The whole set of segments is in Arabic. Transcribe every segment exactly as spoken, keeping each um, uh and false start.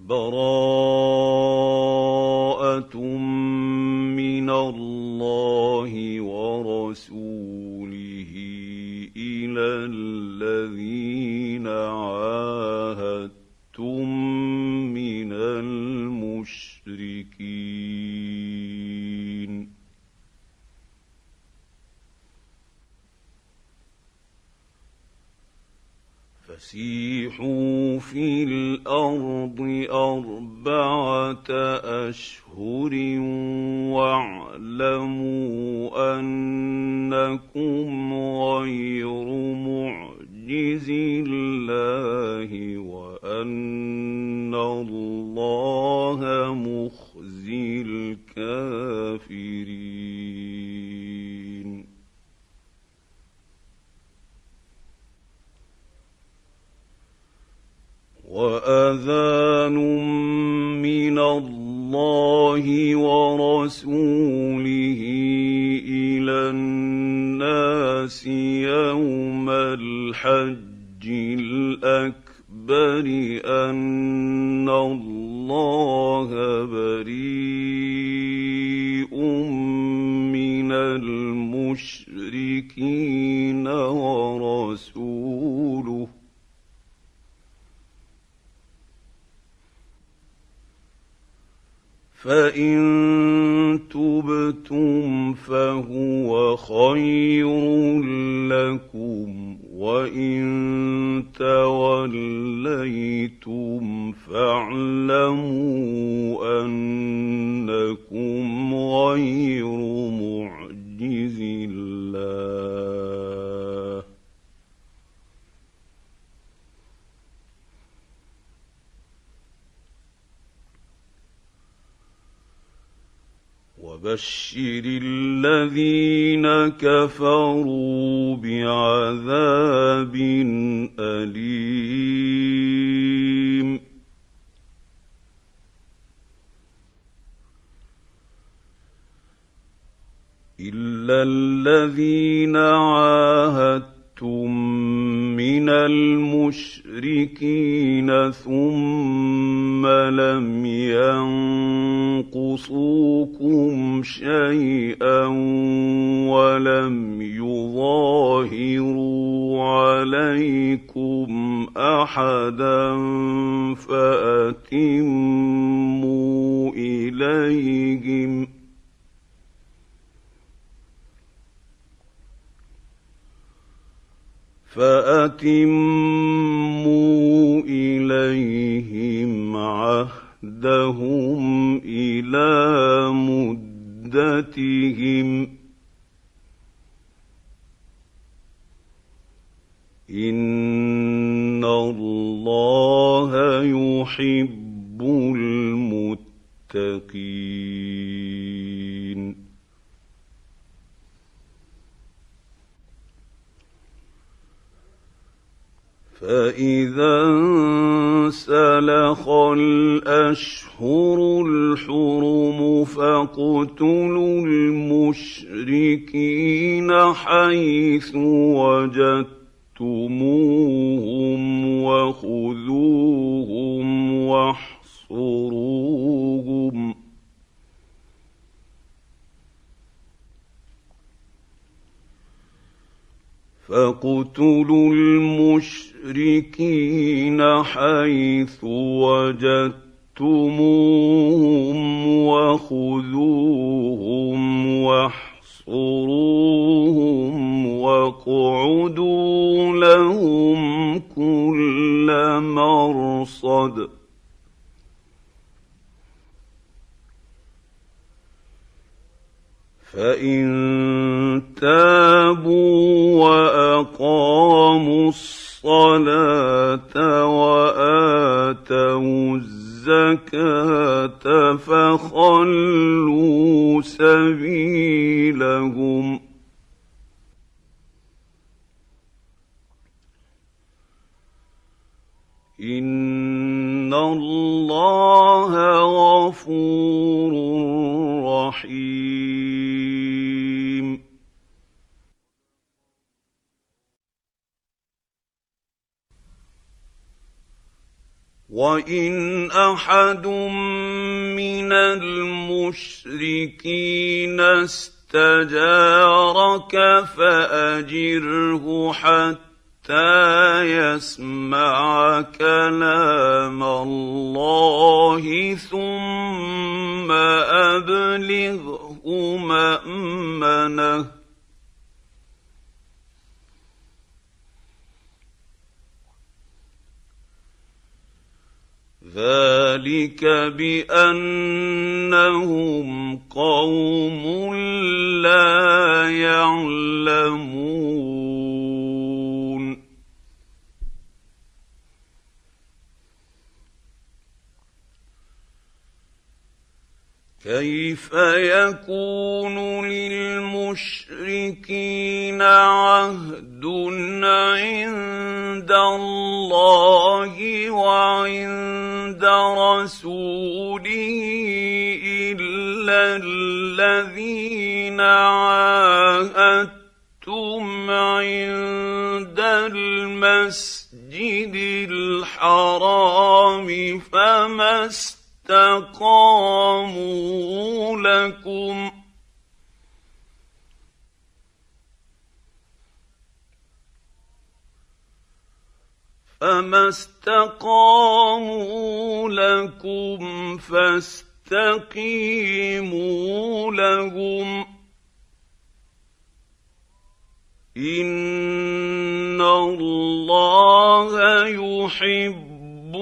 براءة من الله ورسوله إلى الذين عاهدتم من المشركين فسيحوا في الأرض أربعة أشهر واعلموا أنكم غير معجز الله وأن الله مخزي الكافرين. وأذان من الله ورسوله إلى الناس يوم الحج الأكبر أن الله بريء من المشركين ورسوله فإن تبتم فهو خير لكم وإن توليتم فاعلموا أنكم غير معجز الله وبشر الذين كفروا بعذاب أليم. إلا الذين عاهدتم من المشركين ثم لم ينقصوكم شيئا ولم يظاهروا عليكم أحدا فأتموا إليهم فأتموا إليهم عهدهم إلى مدتهم إن الله يحب المتقين. فإذا انسلخ الأشهر الحرم فاقتلوا المشركين حيث وجدتموهم وخذوهم واحصروهم فاقتلوا المشركين حيث وجدتموهم وخذوهم واحصروهم واقعدوا لهم كل مرصد فإن تابوا وأقاموا الصلاة وآتوا الزكاة فخلوا سبيلهم إن الله غفور رحيم. وان احد من المشركين استجارك فاجره حتى يسمع كلام الله ثم ابلغه مأمنه ذلك بانهم قوم لا يعلمون كيف يكون للمشركين عهد عند الله وعند رسوله إلا الذين عاهدتم عند المسجد الحرام فما استقاموا لكم فما استقاموا لكم فاستقيموا لهم إن الله يحب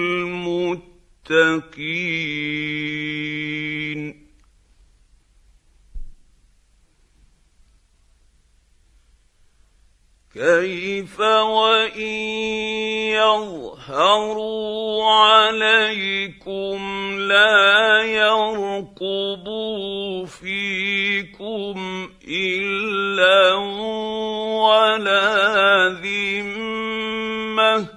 المتقين كيف وإن يظهروا عليكم لا يرقبوا فيكم إلا ولا ذمة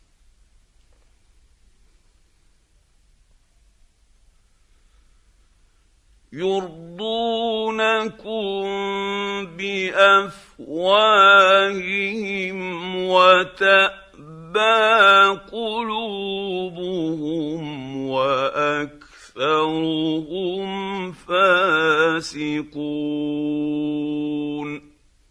يرضونكم بأفواههم وتأبى قلوبهم وأكثرهم فاسقون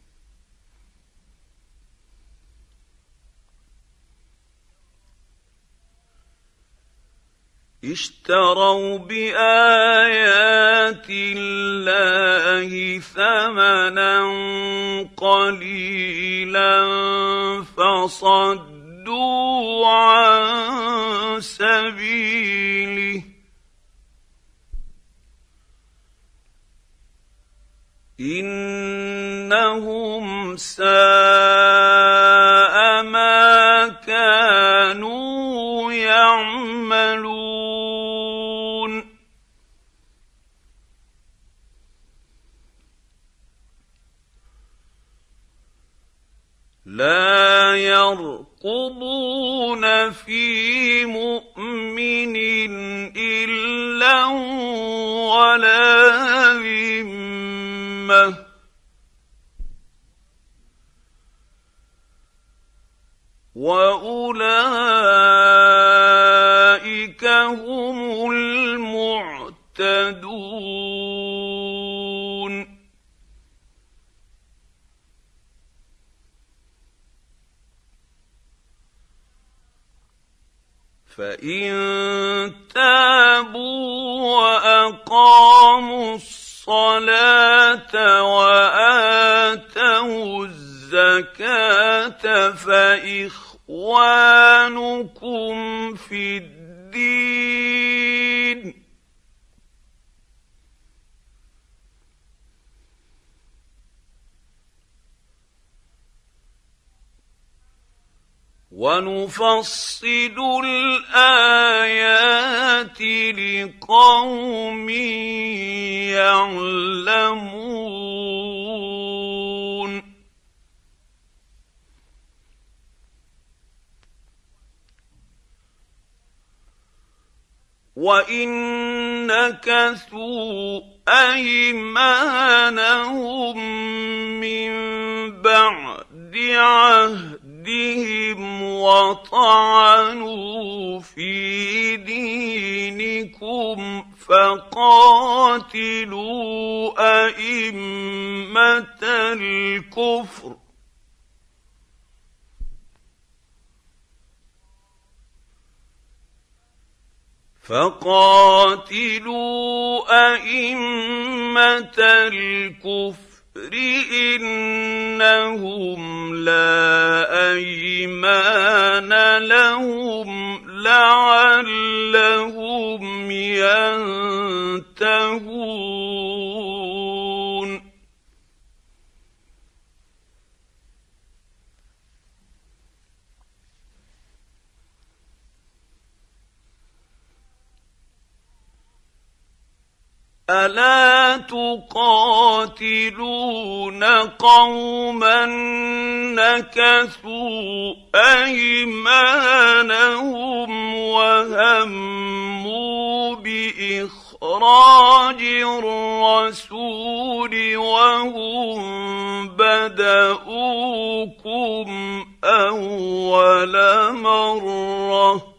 اشتروا بآيات الله ثمنا قليلا فصدوا عن سبيله إنهم ساء ما كانوا يعملون لا يرقبون في مؤمن إلا ولا ذمة وأولئك هم المعتدون فإن تابوا وأقاموا الصلاة وآتوا الزكاة فإخوانكم في الدين ونفصل الآيات لقوم يعلمون وإن نكثوا أيمانهم من بعد عهد كيدهم وطعنوا في دينكم فقاتلوا أئمة الكفر فقاتلوا أئمة الكفر إنهم لا أيمان لهم لعلهم ينتهون ألا تقاتلون قوما نكثوا أيمانهم وهموا بإخراج الرسول وهم بدؤوكم أول مرة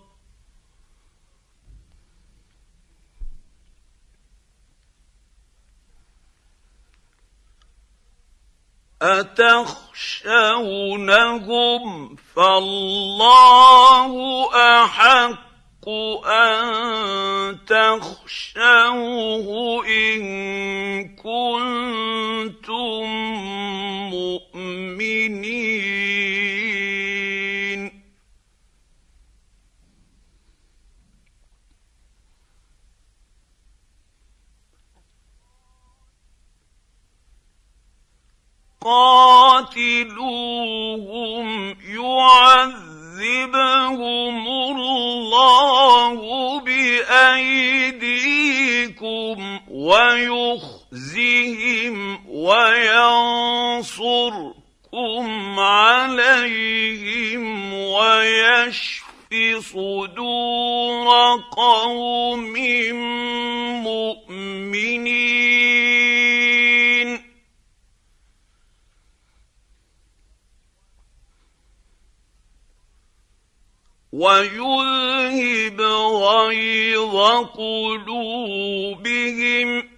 أتخشونهم فالله أحق أن تخشوه إن كنتم مؤمنين قاتلوهم يعذبهم الله بأيديكم ويخزهم وينصركم عليهم ويشف صدور قوم مؤمنين ويذهب غيظ قلوبهم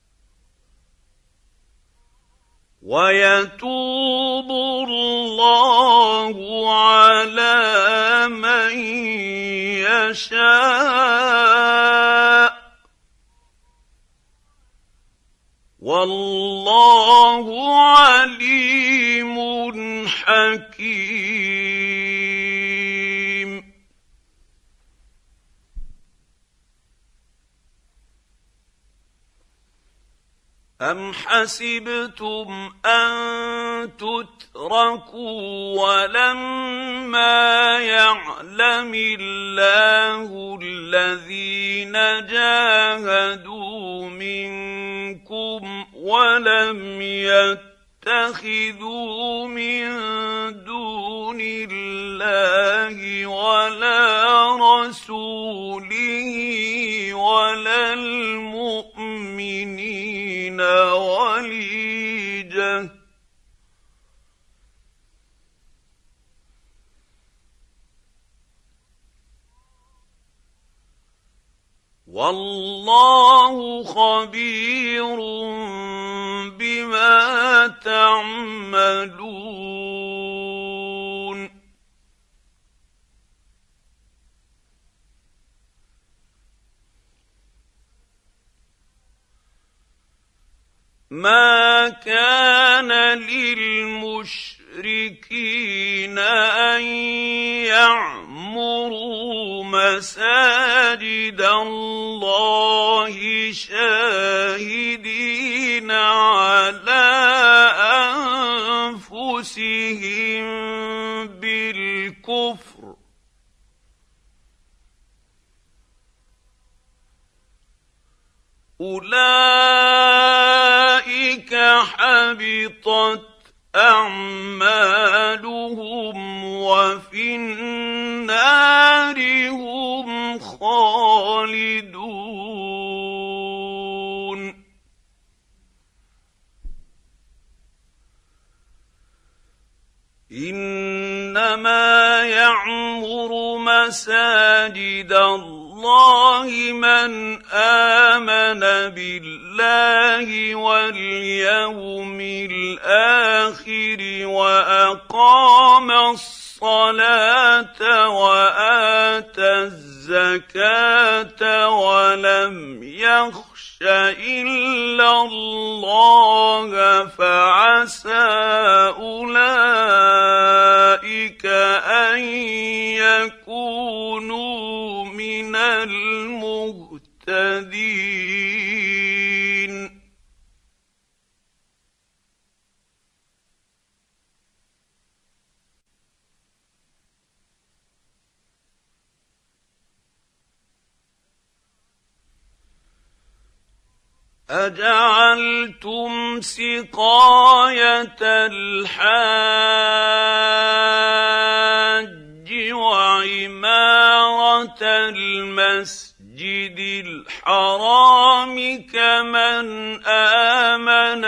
ويتوب الله على من يشاء والله عليم حكيم. أم حسبتم أن تتركوا ولما يعلم الله الذين جاهدوا منكم ولم يتخذوا من دون الله ولا رسوله ولا المؤمنين وليجة والله خبير بما تعملون. ما كان للمشركين أن يعمروا مساجد الله شاهدين على أنفسهم بالكفر أولئك حبطت أعمالهم وفي النار هم خالدون. إنما يعمر مساجد الله من آمن بالله واليوم الآخر وأقام الصلاة وآتى الزكاة ولم يخش إلا الله فعسى أولئك أن يكونوا من المهتدين. أجعلتم سقاية الحاج وعمارة المسجد الحرام كمن آمن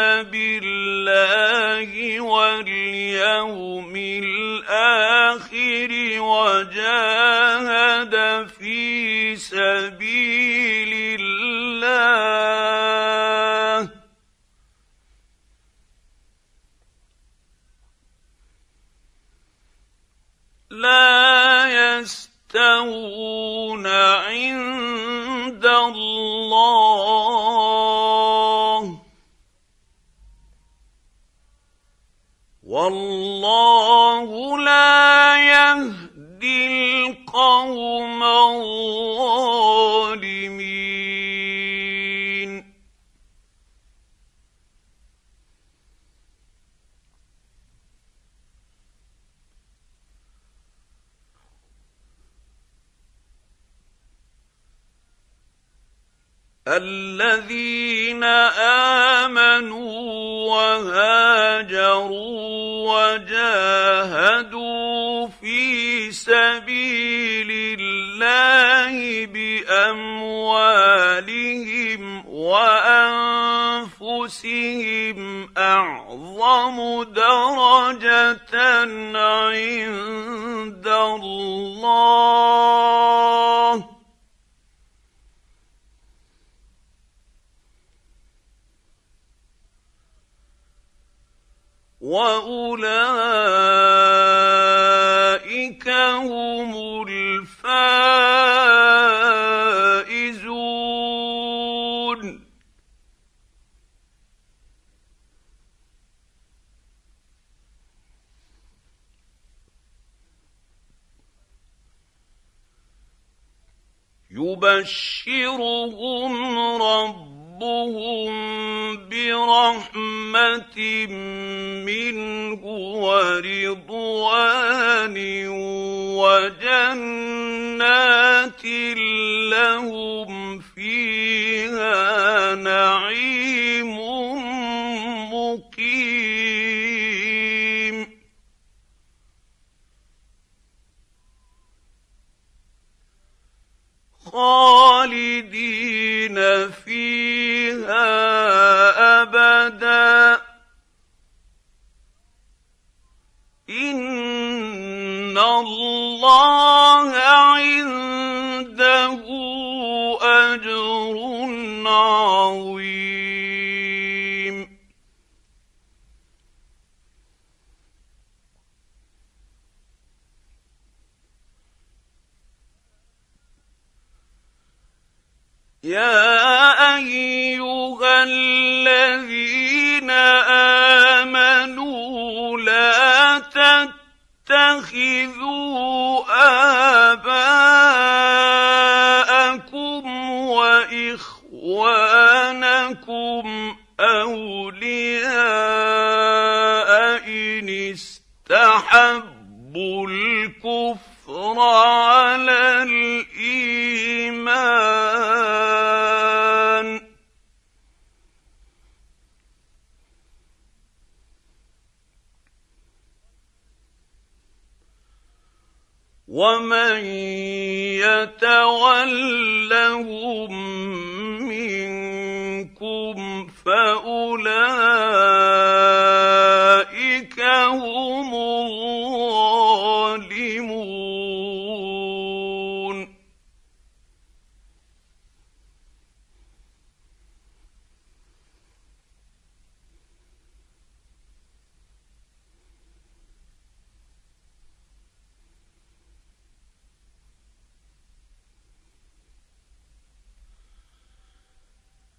بالله واليوم الآخر وجاهد في سبيل الله لا يستوون عند الله والله لا يهدي القوم الظالمين. الذين آمنوا وهاجروا وجاهدوا في سبيل الله بأموالهم وأنفسهم أعظم درجة عند الله وأولئك هم الفائزون. يبشرهم ربهم برحمة منه ورضوان وجنات لهم فيها نعيم مقيم. خالدين فيها أبدا إن الله عنده أجر عظيم. يا أيها الذين آمنوا لا تتخذوا آباءكم وإخوانكم أولياء إن استحبوا الكفر على الإيمان ومن يتولهم منكم فأولئك هم الظالمون.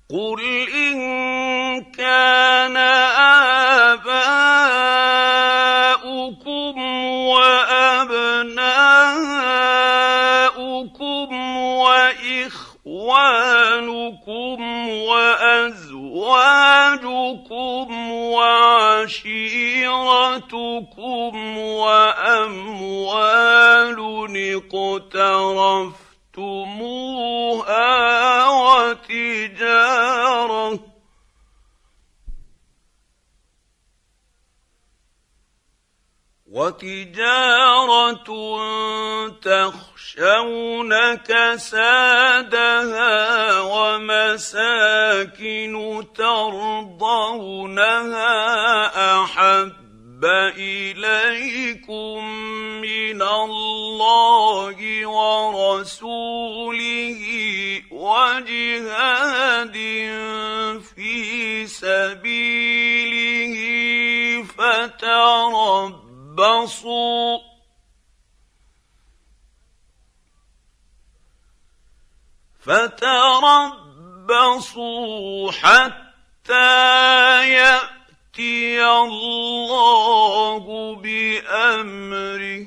قل إن كان آباؤكم وأبناؤكم وإخوانكم وأزواجكم وعشيرتكم وأموال اقترفتموها وتجارة وتجارة تخشون كسادها ومساكن ترضونها أحب إليكم من الله ورسوله وجهاد في سبيله فتربصوا فتربصوا حتى يأتي الله بأمره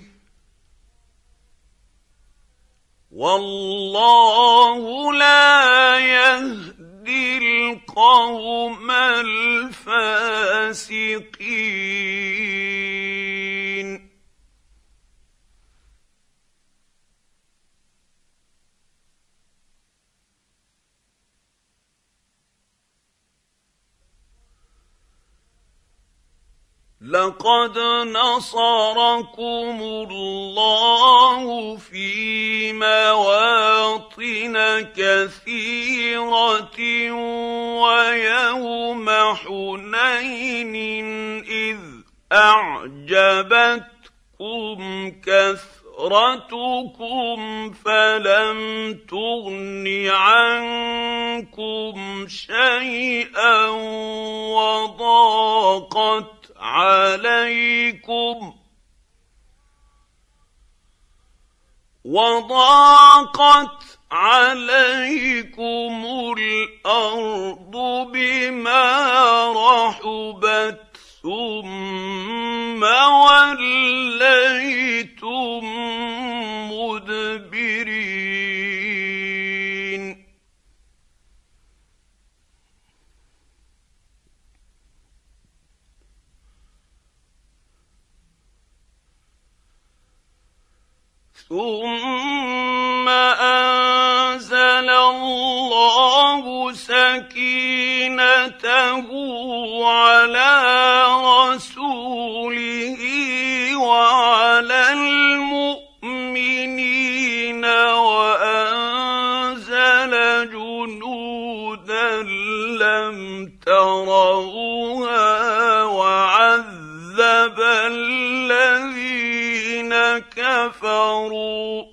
والله لا يهدي القوم الفاسقين. لقد نصركم الله في مواطن كثيرة ويوم حنين إذ أعجبتكم كثرتكم فلم تغن عنكم شيئا وضاقت عليكم وضاقت عليكم الأرض بما رحبت ثم وليتم مدبرين. ثم أنزل الله سكينته على رسوله وعلى المؤمنين وأنزل جنودا لم تروها وعذب الذين كفروا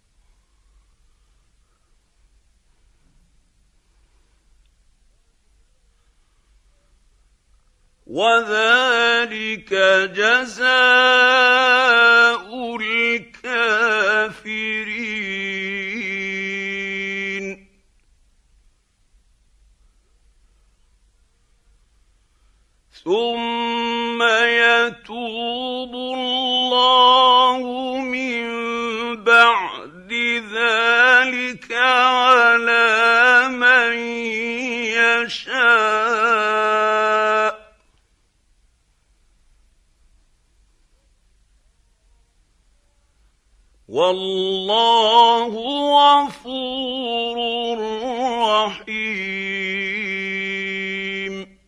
وذلك جزاء الكافرين. ثم يتوب الله من بعد ذلك على من يشاء والله غفور رحيم.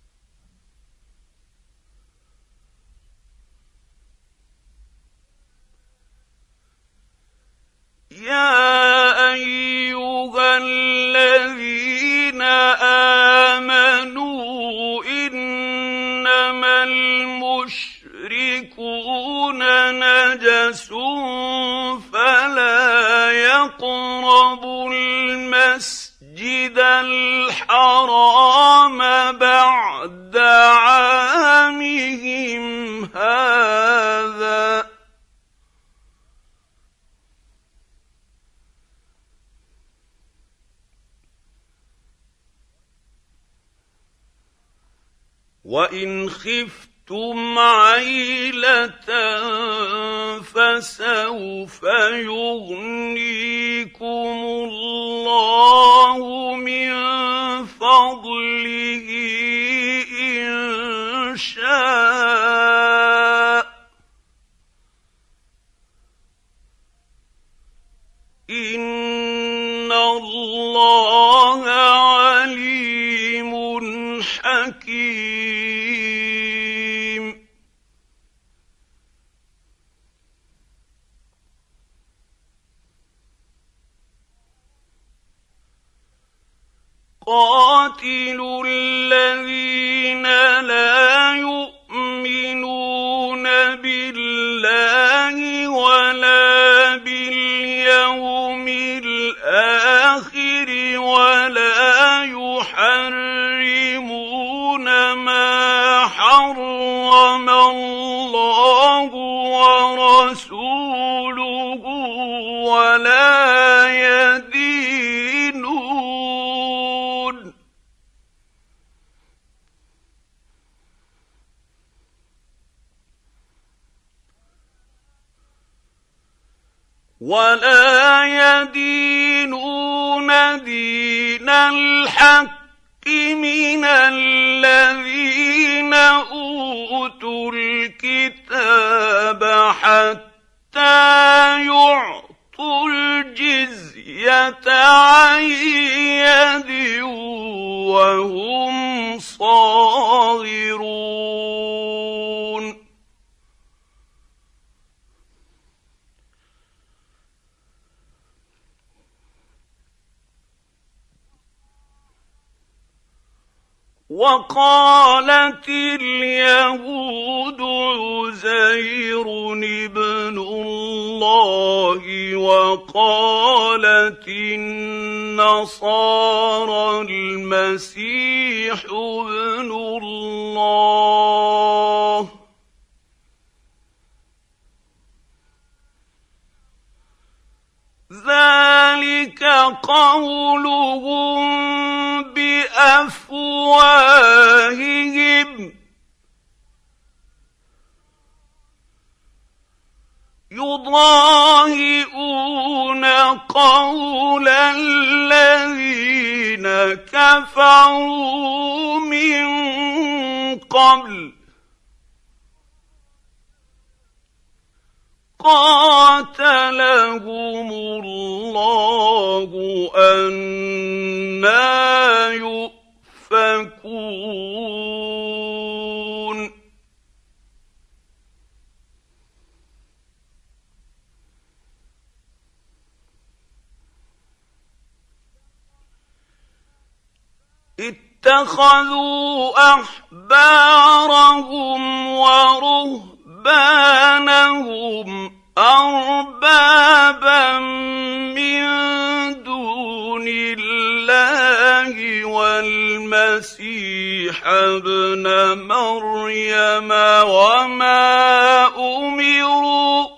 يا أيها الذين آمنوا إنما المشركون نجس فلا يقربوا المسجد الحرام بعد عامهم هذا وإن خفتم عيلة فسوف يغنيكم الله من فضله إن شاء إن الله عليم حكيم. قاتلوا الذين لا يؤمنون بالله ولا باليوم الآخر ولا يحرمون ما حرم الله ورسوله ولا يدينون ولا يدينون دين الحق من الذين أوتوا الكتاب حتى يعطوا الجزية عن يد وهم صاغرون. وقالت اليهود عزير ابن الله وقالت النصارى المسيح ابن الله ذلك قولهم بأفواههم يضاهئون قول الذين كفروا من قبل قاتلهم الله أنى يؤفكون. اتخذوا أحبارهم ورهبانهم أربابا من دون الله والمسيح ابن مريم وما أمروا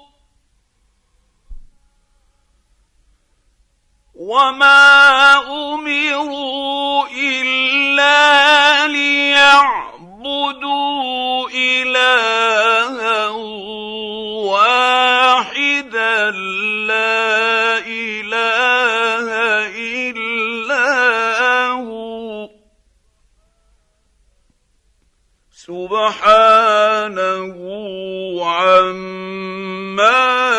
وما أمروا إلا ليعبدوا إلها واحدا لا إله إلا هو سبحانه عما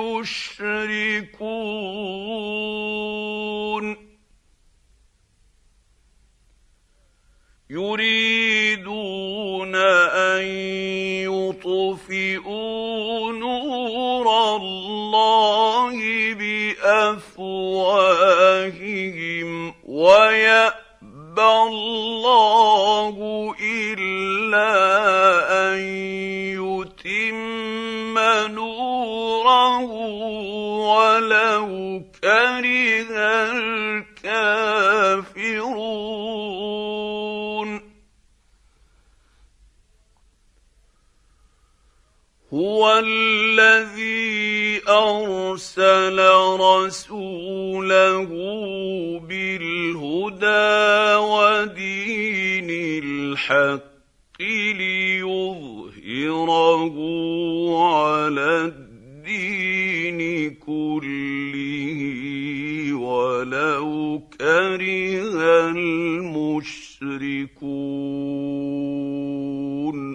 يشركون. يريدون أن يطفئوا نور الله بأفواههم ويأبى الله إلا أن يتم نوره ولو كره الكافرون. هو الذي أرسل رسوله بالهدى ودين الحق وَلَوْ كَرِهَ الْمُشْرِكُونَ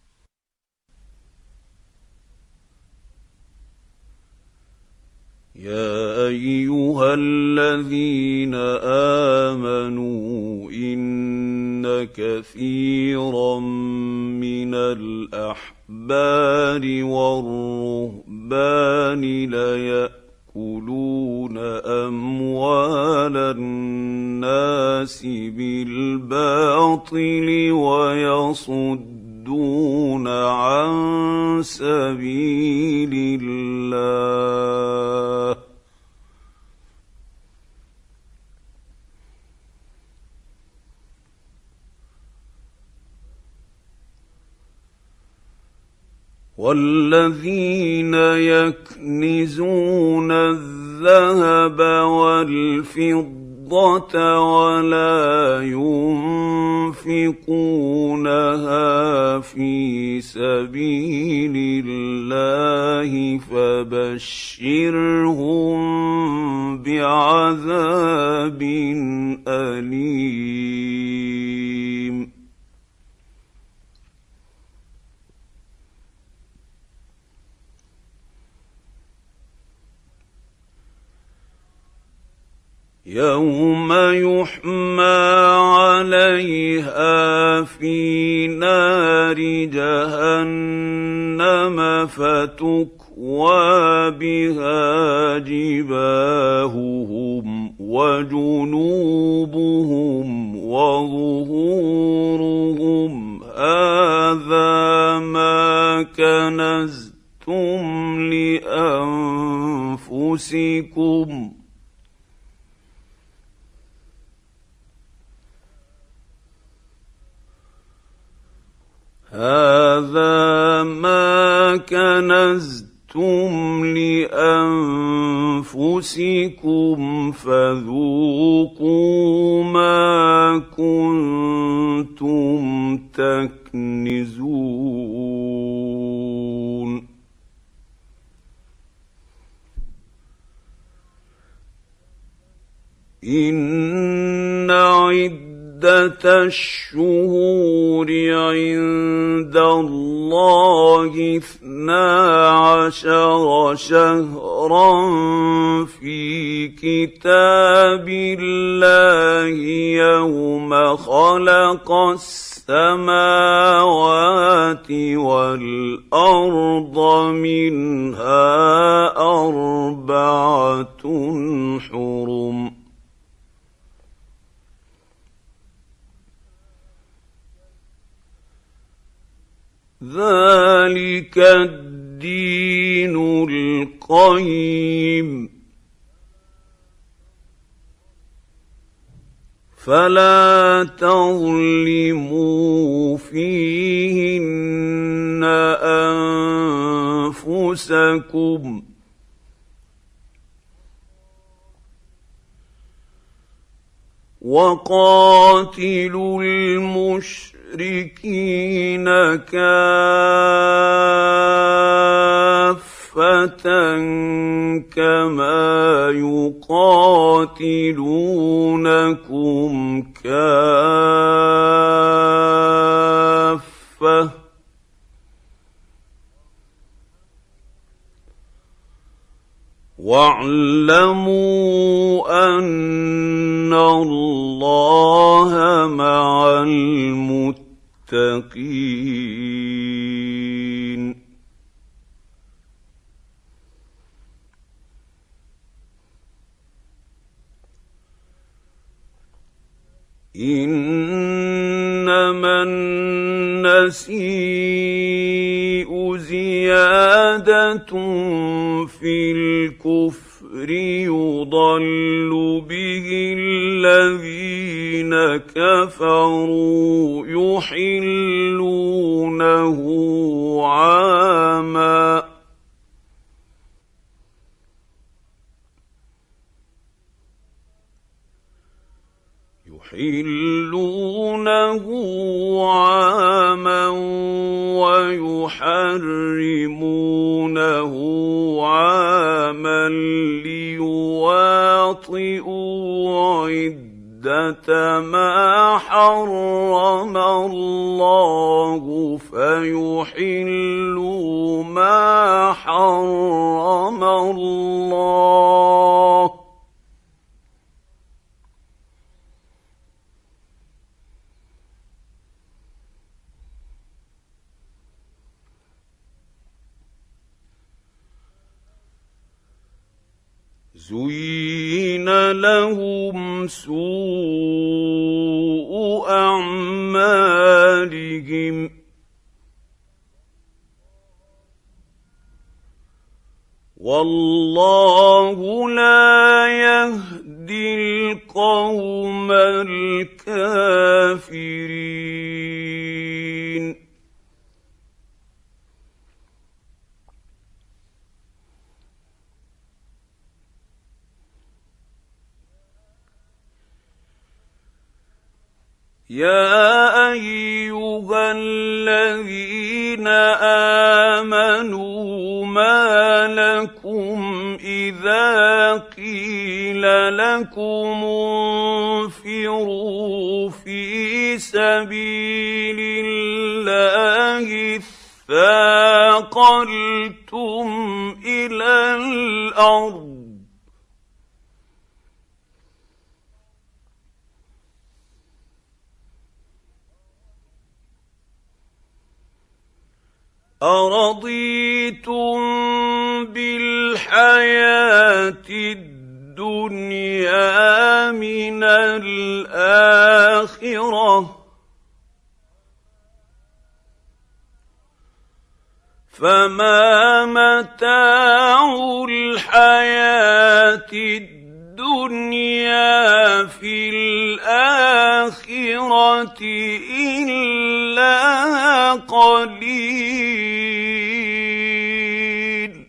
يَا أَيُّهَا الَّذِينَ آمَنُوا إِنَّ كَثِيرًا مِّنَ الْأَحْبَارِ وَالرُّهْبَانِ لَيَأْكُلُونَ أَمْوَالَ النَّاسِ بِالْبَاطِلِ وَيَصُدُّونَ عَن سَبِيلِ اللَّهِ وَالَّذِينَ يَكْنِزُونَ الذَّهَبَ وَالْفِضَّةَ وَلَا يُنفِقُونَهَا فِي سَبِيلِ اللَّهِ فَبَشِّرْهُم بِعَذَابٍ أَلِيمٍ يَوْمَ يُحْمَىٰ عَلَيْهَا فِي نَارِ جَهَنَّمَ فَتُكْوَىٰ بِهَا جِبَاهُهُمْ وَجُنُوبُهُمْ وَظُهُورُهُمْ هَٰذَا مَا كَنَزْتُمْ لِأَنفُسِكُمْ هَٰذَا مَا كَنَزْتُمْ لِأَنفُسِكُمْ فَذُوقُوا مَا كُنتُمْ تَكْنِزُونَ إِنَّ عِدَّةَ الشُّهُورِ عِندَ اللَّهِ اثْنَا عَشَرَ شَهْرًا فِي كِتَابِ اللَّهِ يَوْمَ خَلَقَ السَّمَاوَاتِ وَالْأَرْضَ مِنْهَا أَرْبَعَةٌ حُرُمٌ ۚ ذَلِكَ الدِّينُ الْقَيِّمُ ۚ فَلَا تَظْلِمُوا فِيهِنَّ أَنفُسَكُمْ ۚ وَقَاتِلُوا الْمُشْرِكِينَ كَافَّةً كَمَا يُقَاتِلُونَكُمْ كَافَّةً ۚ وَاعْلَمُوا أَنَّ اللَّهَ مَعَ الْمُتَّقِينَ إِنَّمَا النَّسِيءُ زِيَادَةٌ فِي الْكُفْرِ يُضَلُّ بِهِ الَّذِينَ كَفَرُوا يُحِلُّونَهُ عَامًا يُحِلُّونَهُ عَامًا وَيُحَرِّمُونَهُ عَامًا لِّيُوَاطِئُوا يستطئوا عدة ما حرم الله فيحلوا ما حرم الله زين لهم سوء أعمالهم والله لا يهدي القوم الكافرين يا أيها الذين آمنوا ما لكم إذا قيل لكم انفروا في سبيل الله اثاقلتم إلى الأرض أرضيتم بالحياة الدنيا من الآخرة فما متاع الحياة الدنيا في الآخرة إلا قليل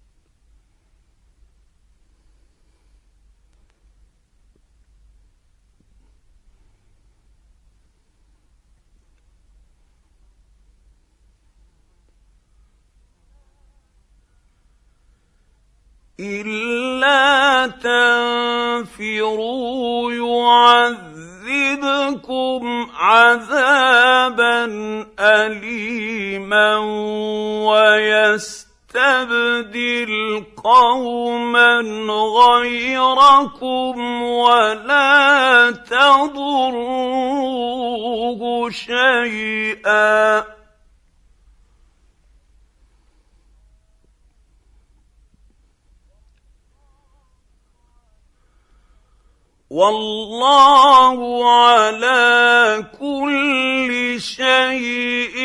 إلا تنفروا يعذبكم عذابا أليما ويستبدل قوما غيركم ولا تضروه شيئا والله على كل شيء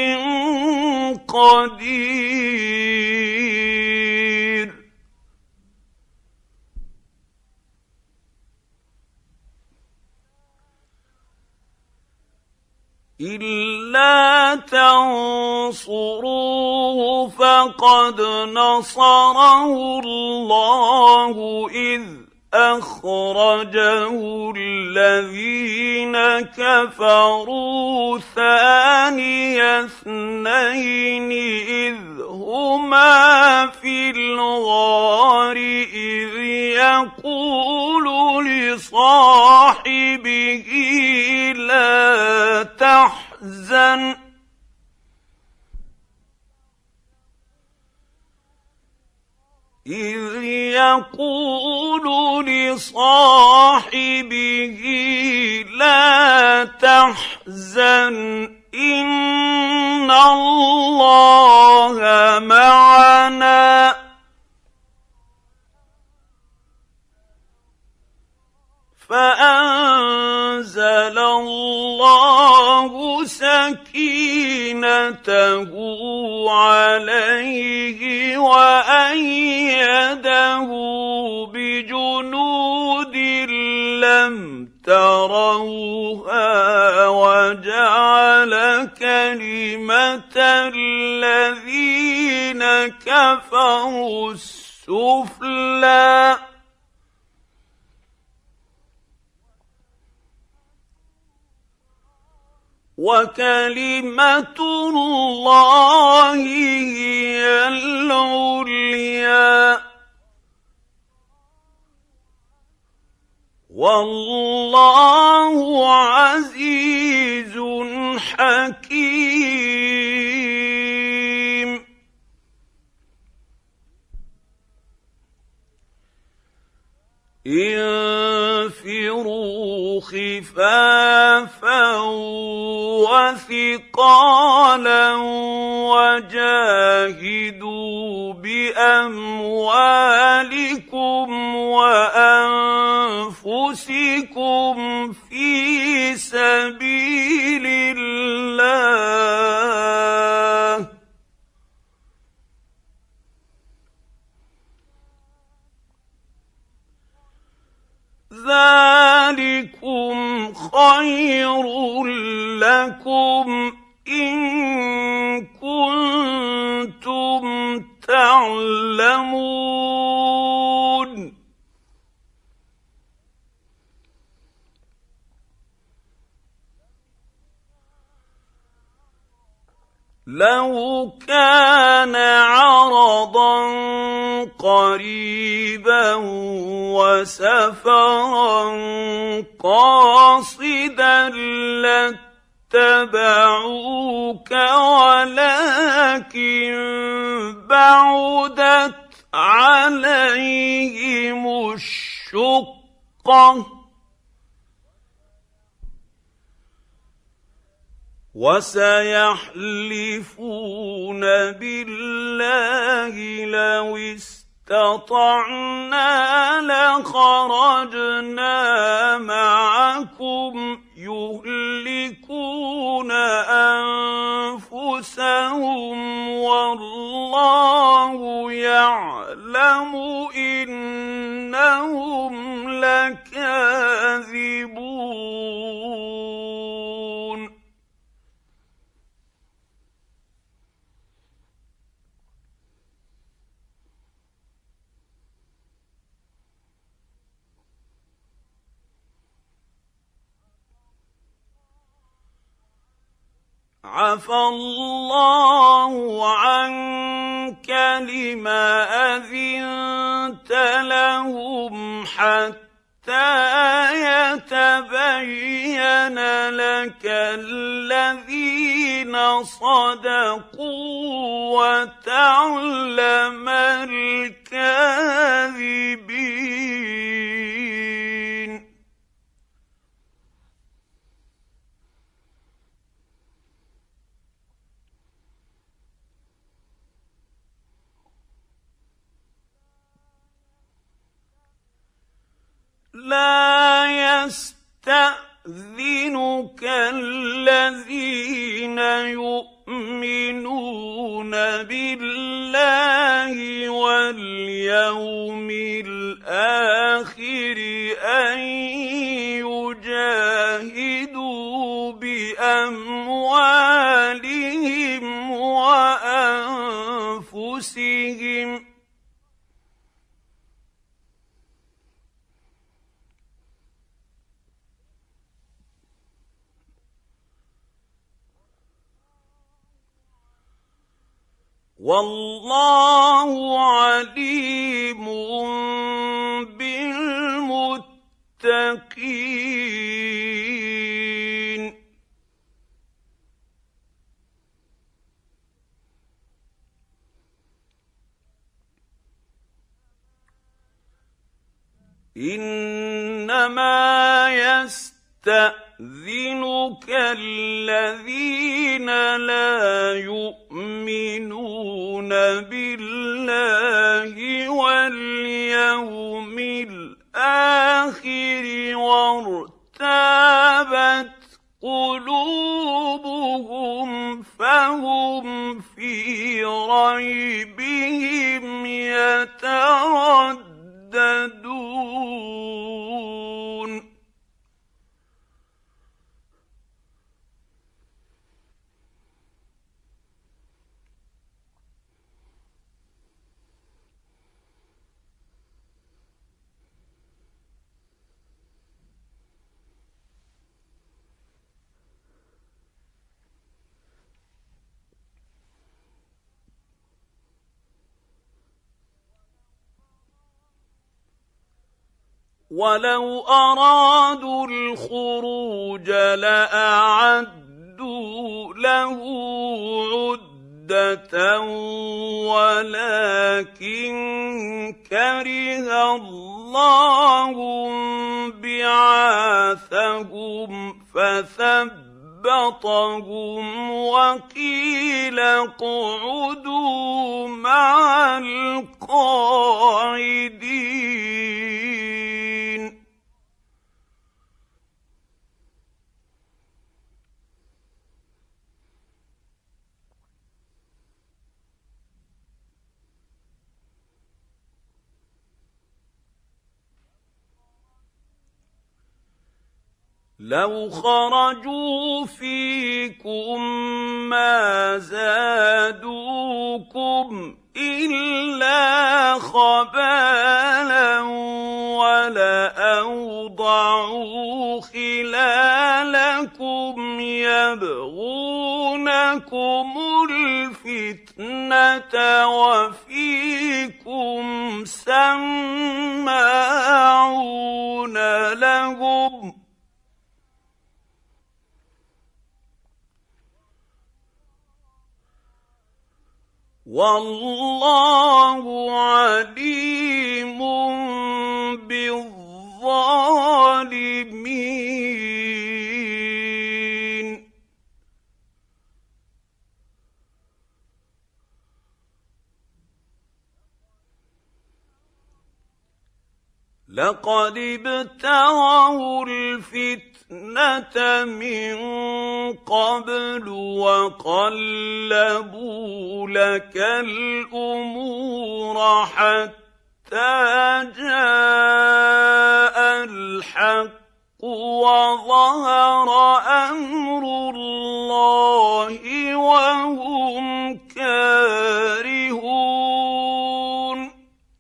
قدير إلا تنصروه فقد نصره الله إذ أخرجه الذين كفروا ثاني اثنين إذ هما في الغار إذ يقول لصاحبه لا تحزن إذ يقول لصاحبه لا تحزن إن الله معنا فأنزل الله سكينته عليه وأيده بجنود لم تروها وجعل كلمة الذين كفروا السفلى وكلمة الله هي العليا والله عزيز حكيم. انفروا خفافا وثقالا وجاهدوا باموالكم وانفسكم في سبيل الله. ذلكم خير لكم إن كنتم تعلمون. لو كان عرضا قريبا وسفرا قاصدا لاتبعوك ولكن بعدت عليهم الشقة وسيحلفون بالله لو استطعنا لخرجنا معكم يهلكون أنفسهم والله يعلم إنهم لكاذبون. عفى الله عنك لم أذنت لهم حتى يتبين لك الذين صدقوا وتعلم الكاذبين. لا يستأذنك الذين يؤمنون بالله واليوم الآخر أن يجاهدوا بأموالهم وأنفسهم والله عليم بالمتقين. إنما يستأذنك الذين لا يؤمنون بالله واليوم الآخر وارتابت قلوبهم فهم في ريبهم يترددون. ولو أرادوا الخروج لأعدوا له عدة ولكن كره الله بعاثهم فثبطهم وقيل اقعدوا مع القاعدين. لو خرجوا فيكم ما زادوكم إلا خبالا ولأوضعوا خلالكم يبغونكم الفتنة وفيكم سماعون لهم والله عليم بالظالمين. لقد ابتغوا الفتنة من قبل وقلبوا لك الأمور حتى جاء الحق وظهر أمر الله وهم كارهون.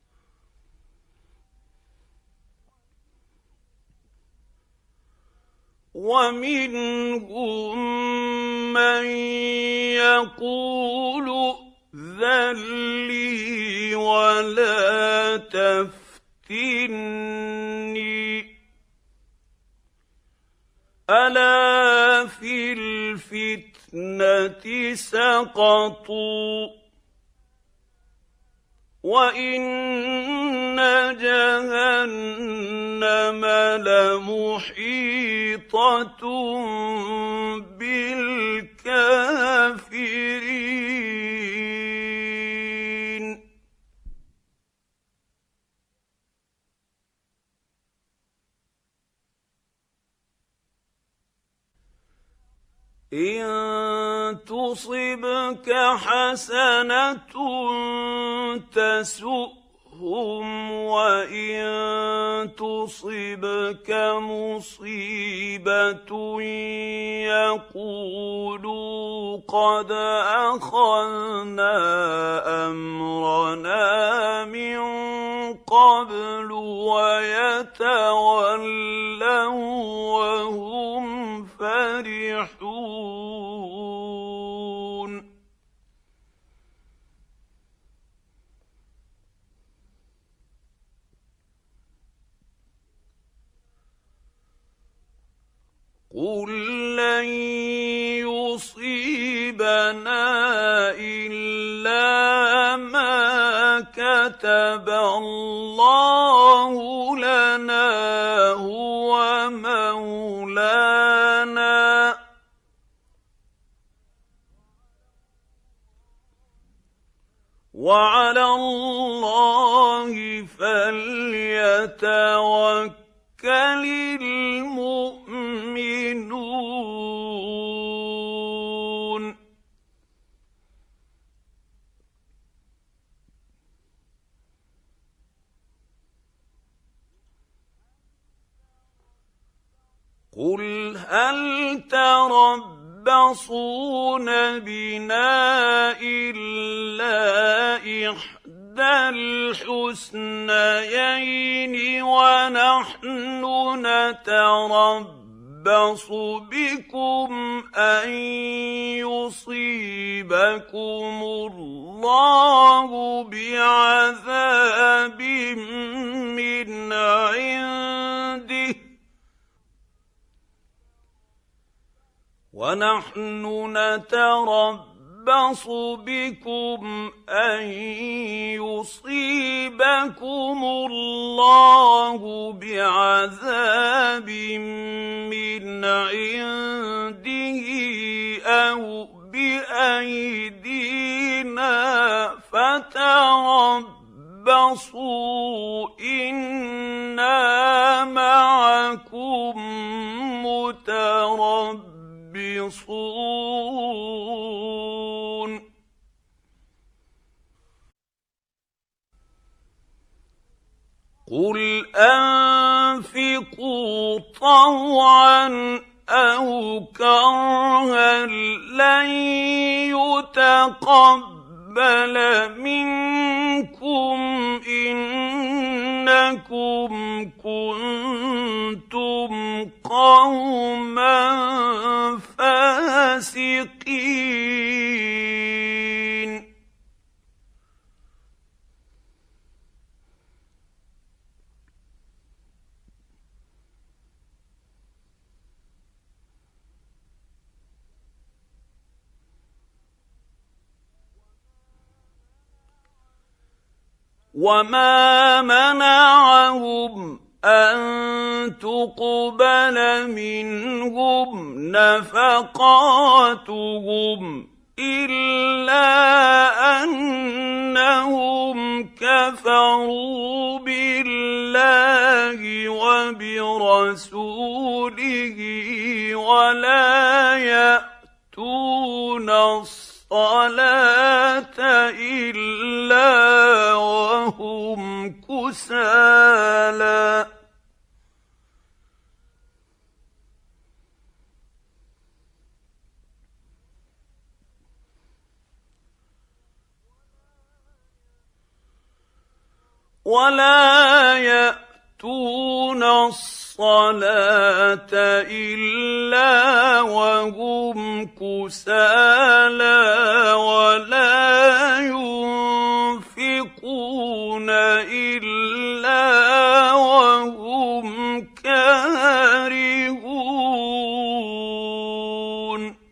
ومنهم من يقول ائذن لي ولا تفتني ألا في الفتنة سقطوا وإن جهنم لمحيطة بالكافرين. إن تصبك حسنة تسؤهم وإن تصبك مصيبة يقولوا قد أخذنا أمرنا من قبل ويتولوا وهم فرحون. قل لن يصيبنا إلا ما كتب الله لنا هو مولانا وعلى الله فليتوكل المؤمنون. قل هل تربصون بنا إلا إحدى الحسنيين ونحن نتربص يتربص بكم أن يصيبكم الله بعذاب من عنده ونحن نتربص بكم أن يصيبكم الله بعذاب من عنده أو بأيدينا فتربصوا إنا معكم متربصون قل أنفقوا طوعا أو كرها لن يتقبل منكم إنكم كنتم قوما فاسقين وما منعهم أن تقبل منهم نفقاتهم إلا أنهم كفروا بالله وبرسوله ولا يأتون الصلاة إلا وهم كسالى ولا يأتون الصلاة إلا وهم كسالى ولا ينفقون إلا وهم كارهون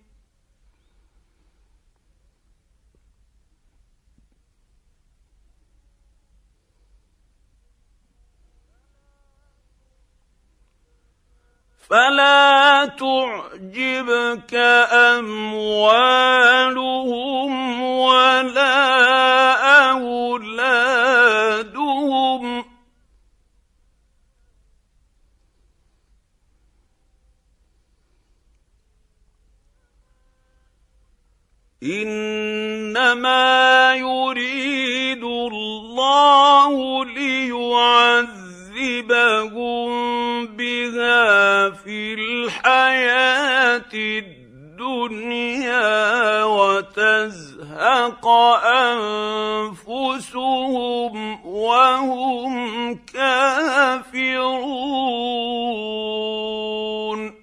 فلا تعجبك أموالهم ولا أولادهم إنما يريد الله ليعذبهم بها في الحياة الدنيا وتزهق أنفسهم وهم كافرون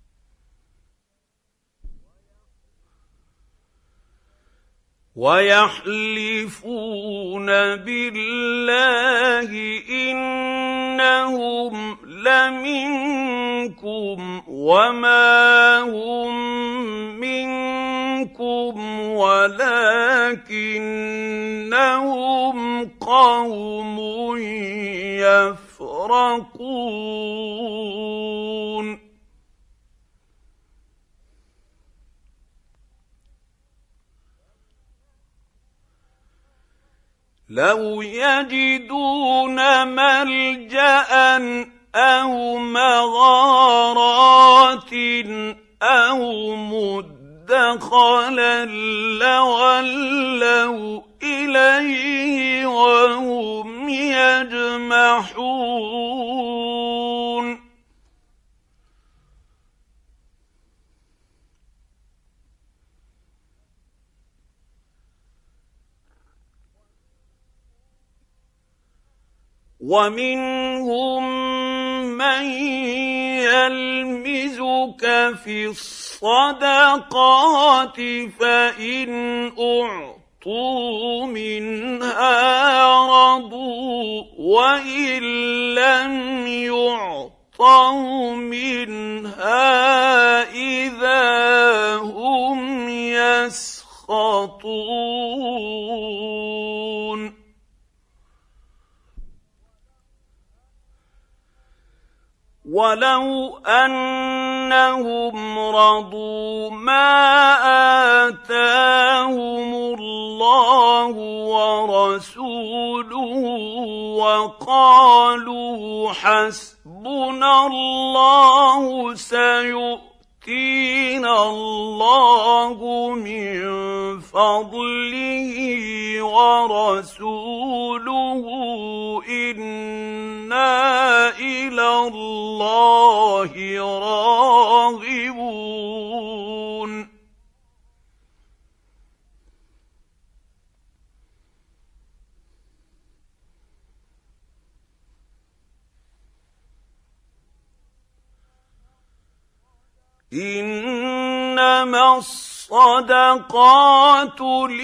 ويحلفون بالله إنهم لمنكم وما هم منكم ولكنهم قوم يفرقون لو يجدون ملجأ أو مغارات أو مدخلا لولوا إليه وهم يجمحون ومنهم من تلمزك في الصدقات فإن أعطوا منها رضوا وإن لم يعطوا منها إذا هم يسخطون ولو أنهم رضوا ما آتاهم الله ورسوله وقالوا حسبنا الله سيؤتينا الله من فضله ورسوله إنا إلى الله راغبون إنما الصدقات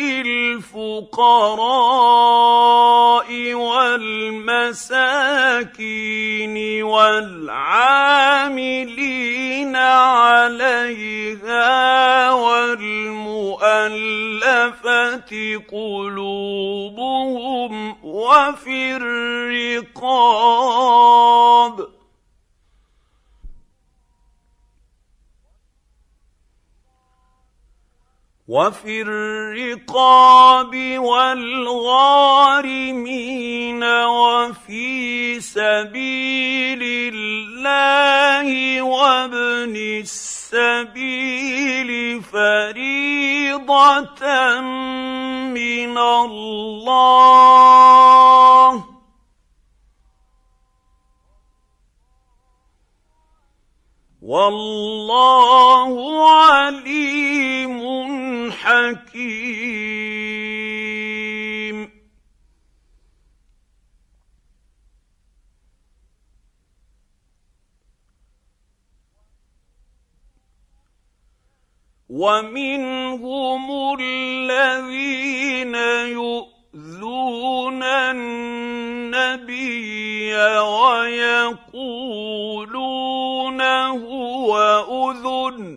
للفقراء والمساكين والعاملين عليها والمؤلفة قلوبهم وفي الرقاب وفي الرقاب والغارمين وفي سبيل الله وابن السبيل فريضة من الله والله عليم حكيم ومنهم الذين يؤذون النبي ويقولون هو أذن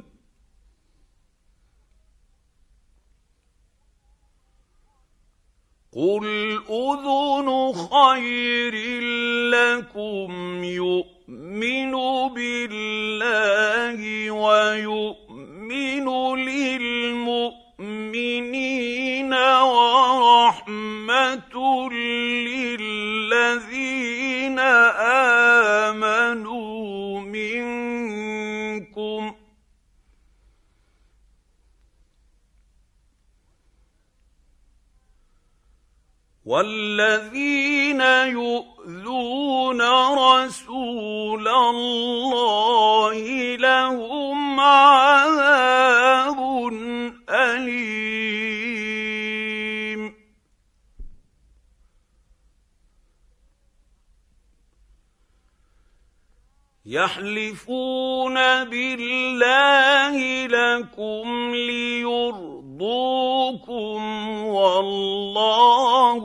قل أذن خير لكم يؤمن بالله ويؤمن للمؤمنين ورحمة للذين آمنوا منكم والذين يؤذون رسول الله لهم عذاب أليم يحلفون بالله لكم ليرضوكم والله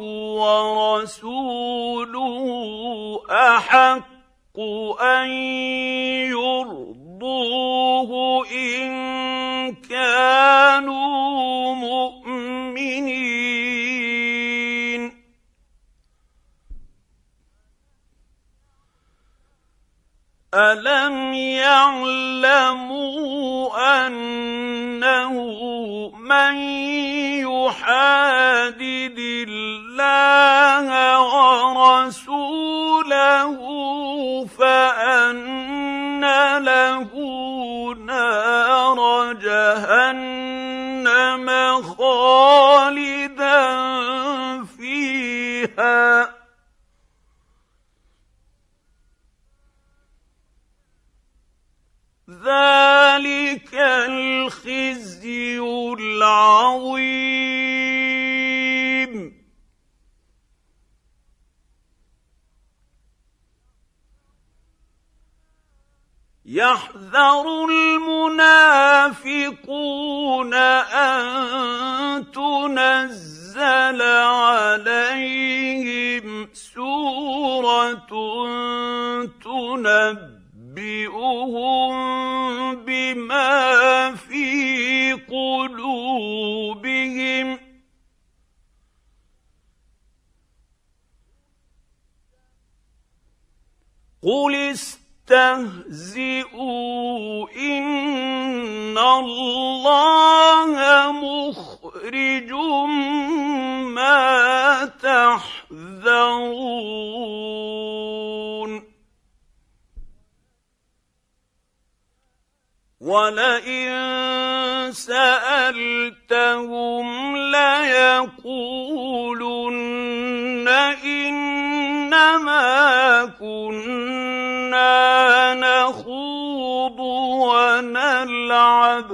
ورسوله أحق أن يرضوه إن كانوا مؤمنين ألم يعلموا أنه من يحادد الله ورسوله فأن له نار جهنم خالدا فيها ذلك الخزي العظيم يحذر المنافقون أن تنزل عليهم سورة تنبئهم بما في قلوبهم قل استهزئوا إن الله مخرج ما تحذرون ولئن سألتهم ليقولن إنما كنا نخوض ونلعب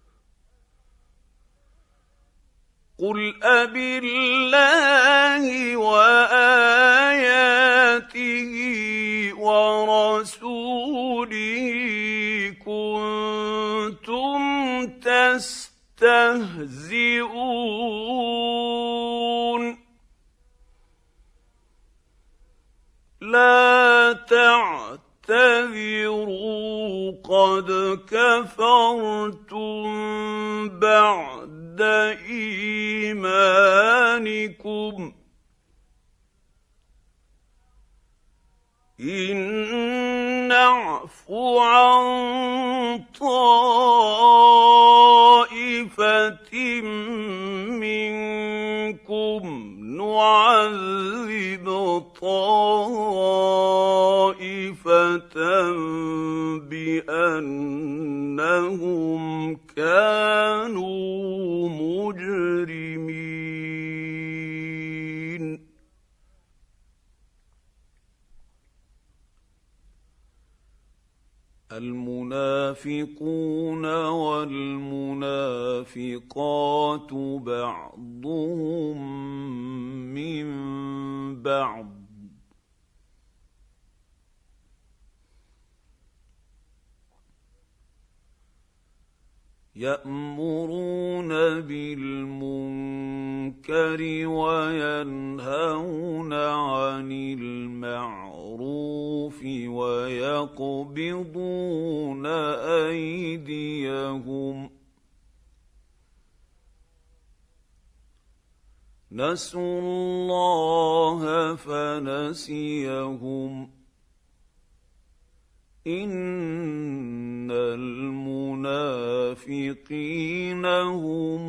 قل أبالله وآياته ورسوله كنتم تستهزئون لا تعتذروا قد كفرتم بعد إيمانكم إن نعف عن طائفة منكم نعذب طائفة بأنهم كانوا مجرمين المنافقون والمنافقات بعضهم من بعض يأمرون بالمنكر وينهون عن المعروف ويقبضون أيديهم نسوا الله فنسيهم إن المنافقين هم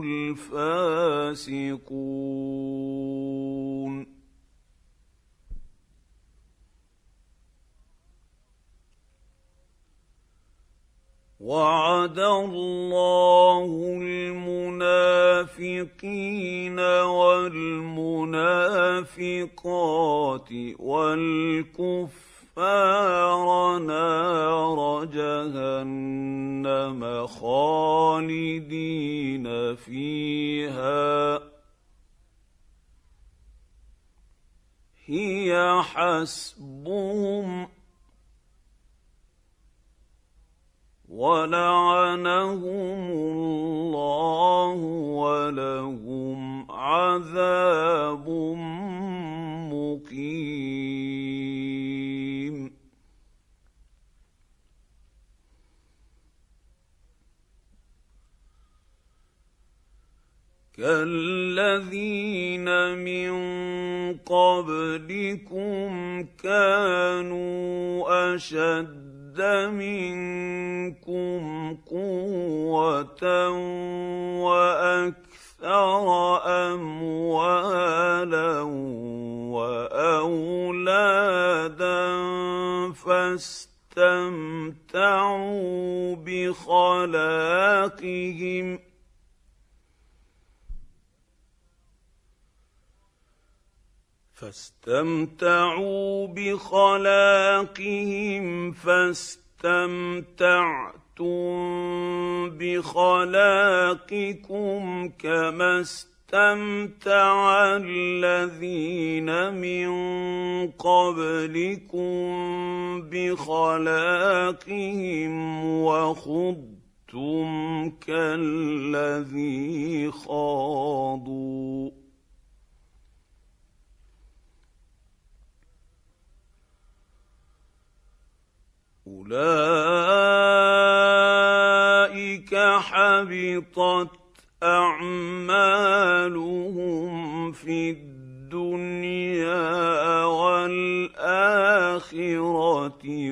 الفاسقون وعد الله المنافقين والمنافقات والكفار نار جهنم خالدين فيها هي حسبهم ولعنهم الله ولهم عذاب مقيم كالذين من قبلكم كانوا أشد منكم قوة وأكثر أموالا وأولادا فاستمتعوا بخلاقهم فاستمتعوا بخلاقهم فاستمتعتم بخلاقكم كما استمتع الذين من قبلكم بخلاقهم وخضتم كالذي خاضوا أولئك حبطت أعمالهم في الدنيا والآخرة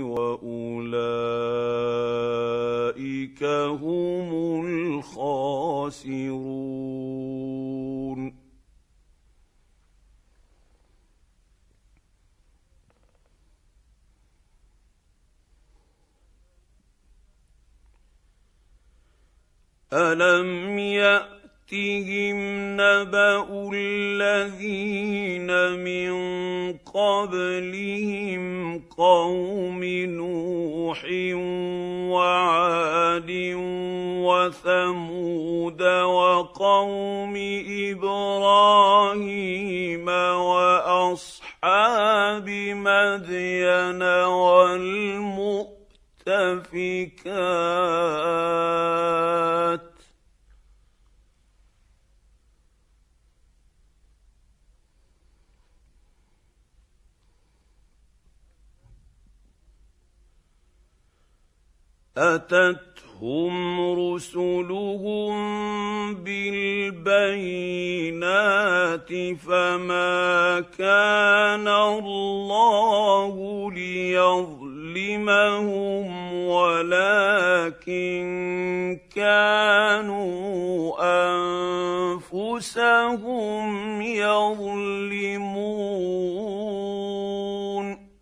وأولئك هم الخاسرون. ألم يأتهم نبأ الذين من قبلهم قوم نوح وعاد وثمود وقوم إبراهيم وأصحاب مدين والمؤتفكات أتتهم رسلهم بالبينات فما كان الله ليظلمهم ولكن كانوا أنفسهم يظلمون.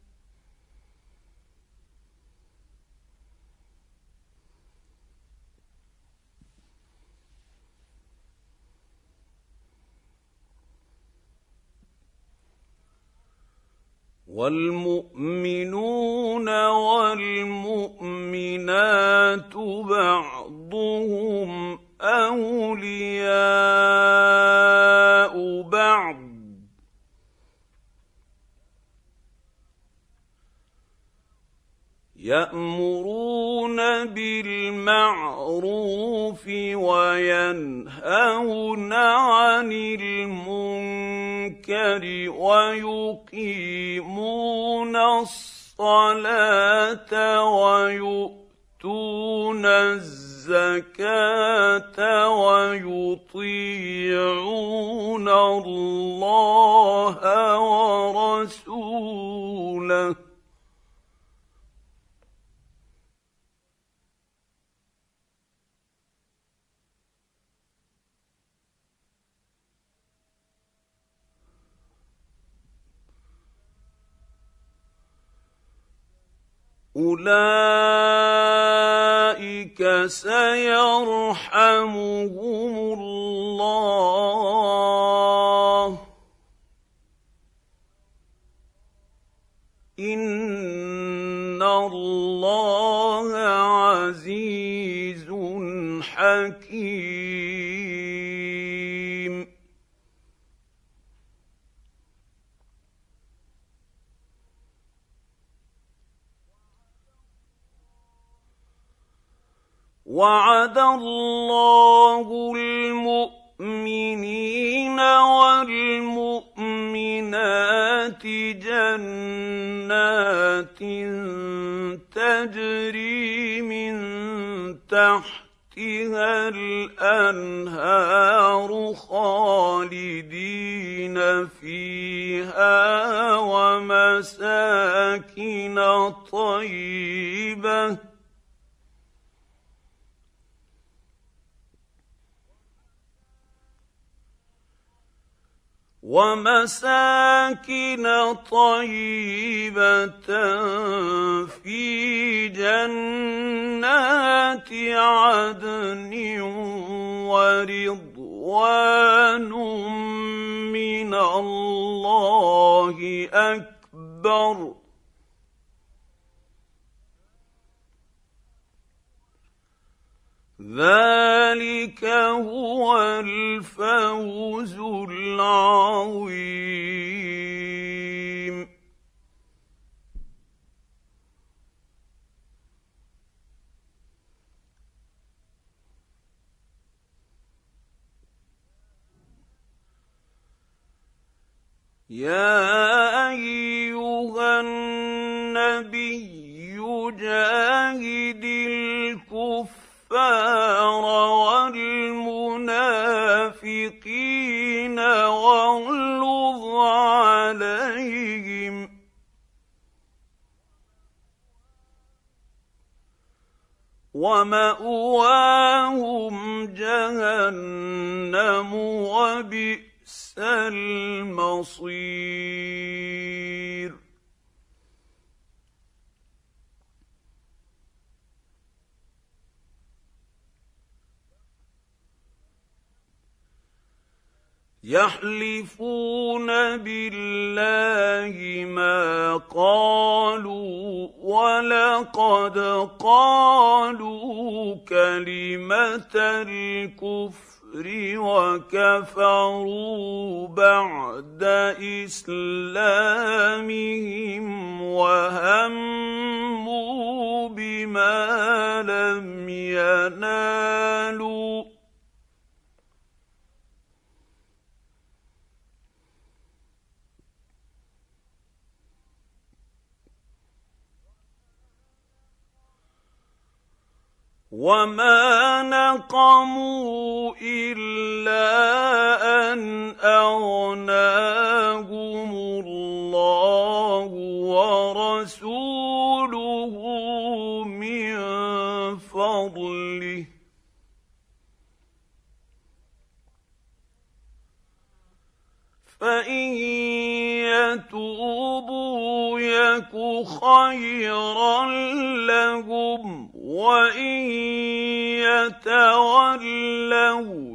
والمؤمنون والمؤمنات بعضهم أولياء بعض يأمرون بالمعروف وينهون عن المنكر ويقيمون الصلاة ويؤتون الزكاة ويطيعون الله ورسوله أولئك سيرحمهم الله إن الله عزيز حكيم. وعد الله المؤمنين والمؤمنات جنات تجري من تحتها الأنهار خالدين فيها ومساكن طيبة ومساكن طيبة في جنات عدن ورضوان من الله أكبر ذلك ذلك هو الفوز العظيم. يا أيها النبي جاهد الكفار والمنافقين واغلظ عليهم ومأواهم جهنم وبئس المصير. يحلفون بالله ما قالوا ولقد قالوا كلمة الكفر وكفروا بعد إسلامهم وهموا بما لم ينالوا وما نقموا إلا أن أغناهم الله ورسوله من فضله فإن يتوبوا يك خيرا لهم وإن يتولوا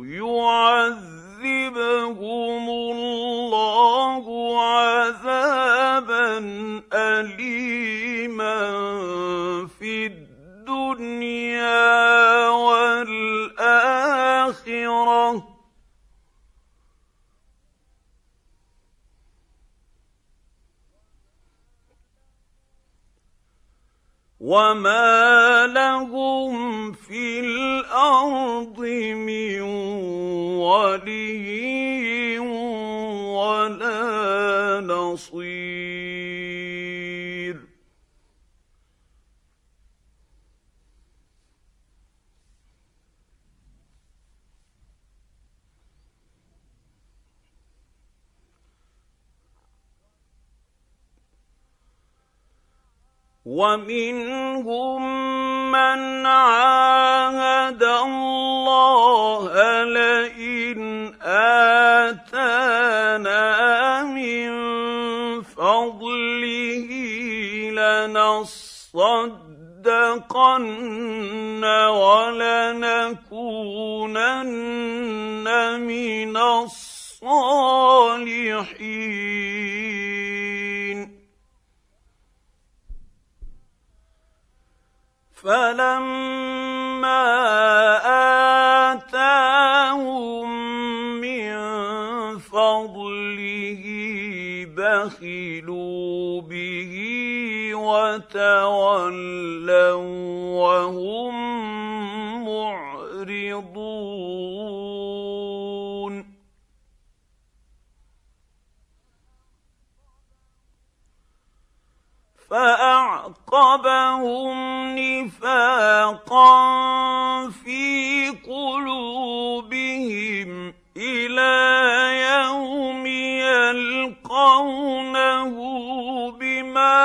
يعذبهم الله عذابا أليما في الدنيا والآخرة وما لهم في الأرض من ولي ولا نصير. ومنهم من عاهد الله لئن آتانا من فضله لنصدقن ولنكونن من الصالحين. فلما آتاهم من فضله بخلوا به وتولوا وهم معرضون. فأعقبهم نفاقا في قلوبهم إلى يوم يلقونه بما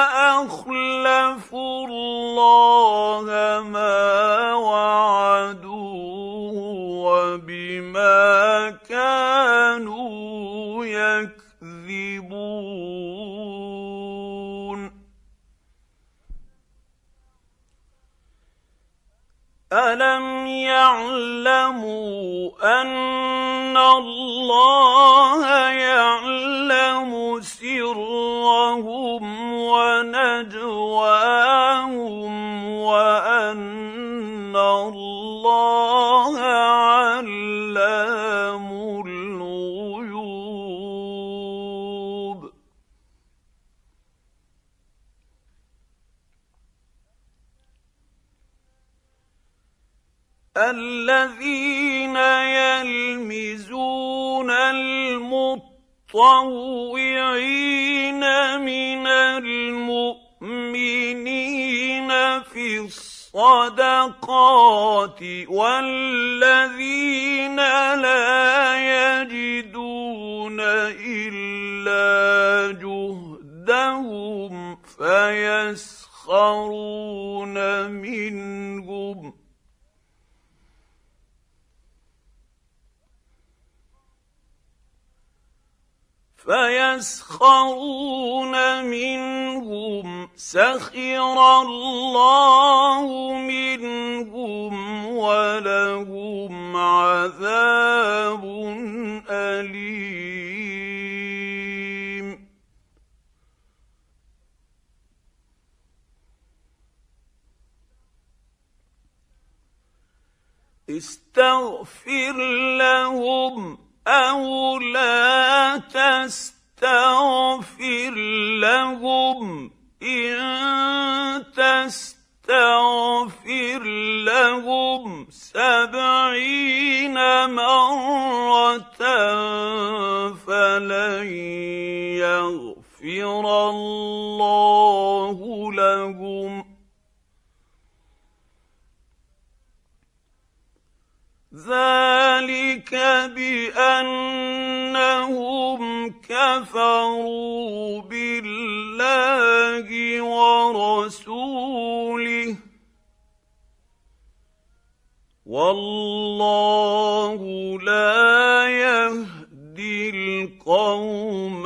أخلفوا الله ما وعدوه وبما كانوا يكذبون. ألم يعلموا أن الله يعلم سرهم ونجواهم وأن الله الذين يلمزون المطوعين من المؤمنين في الصدقات والذين لا يجدون إلا جهدهم فيسخرون منهم فيسخرون منهم سخر الله منهم ولهم عذاب أليم. استغفر لهم أو لا تستغفر لهم إن تستغفر لهم سبعين مرة فلن يغفر الله لهم ذلك بأنهم كفروا بالله ورسوله والله لا يهدي القوم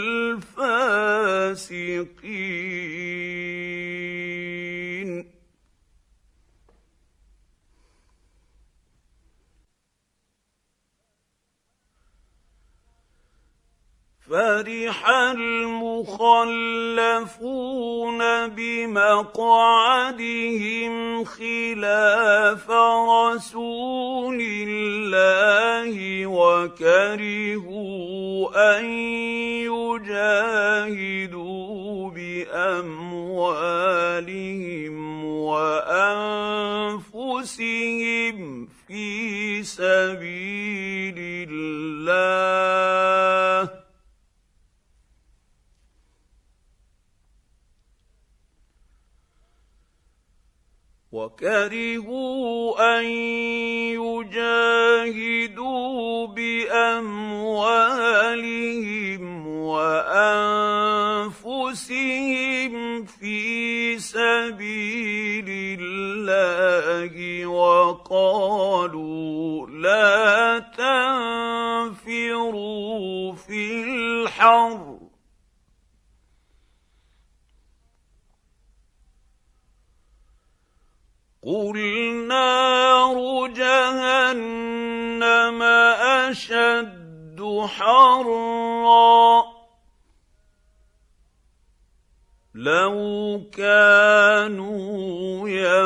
الفاسقين. فرح المخلفون بمقعدهم خلاف رسول الله وكرهوا أن يجاهدوا بأموالهم وأنفسهم في سبيل الله وكرهوا أن يجاهدوا بأموالهم وأنفسهم في سبيل الله وقالوا لا تنفروا في الحر قل نار جهنم أشد حرا لو كانوا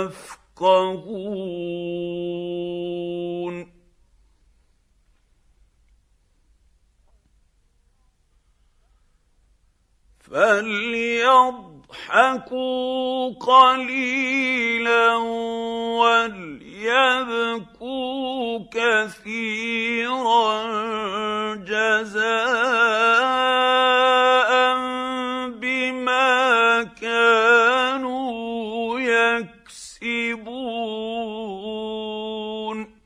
يفقهون. فليضحكوا قليلا وليبكوا كثيرا جزاء بما كانوا يكسبون.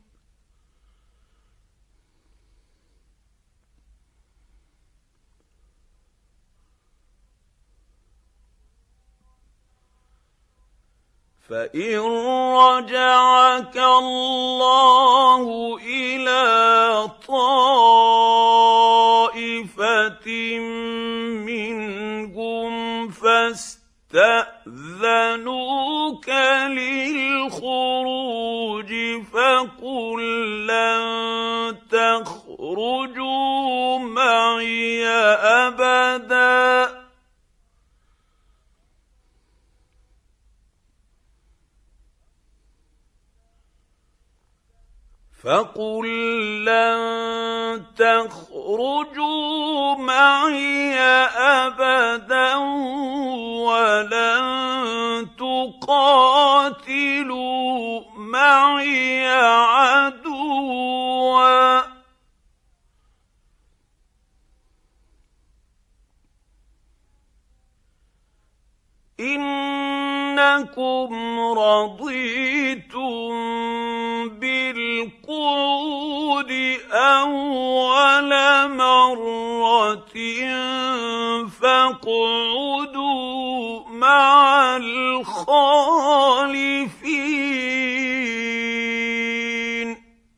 فإن رجعك الله إلى طائفة منهم فاستأذنوك للخروج فقل لن تخرجوا معي أبداً فقل لن تخرجوا معي أبدا ولن تقاتلوا تقاتلوا معي عدوا إنكم رضيتم بالقعود أول مرة فاقعدوا مع الخالفين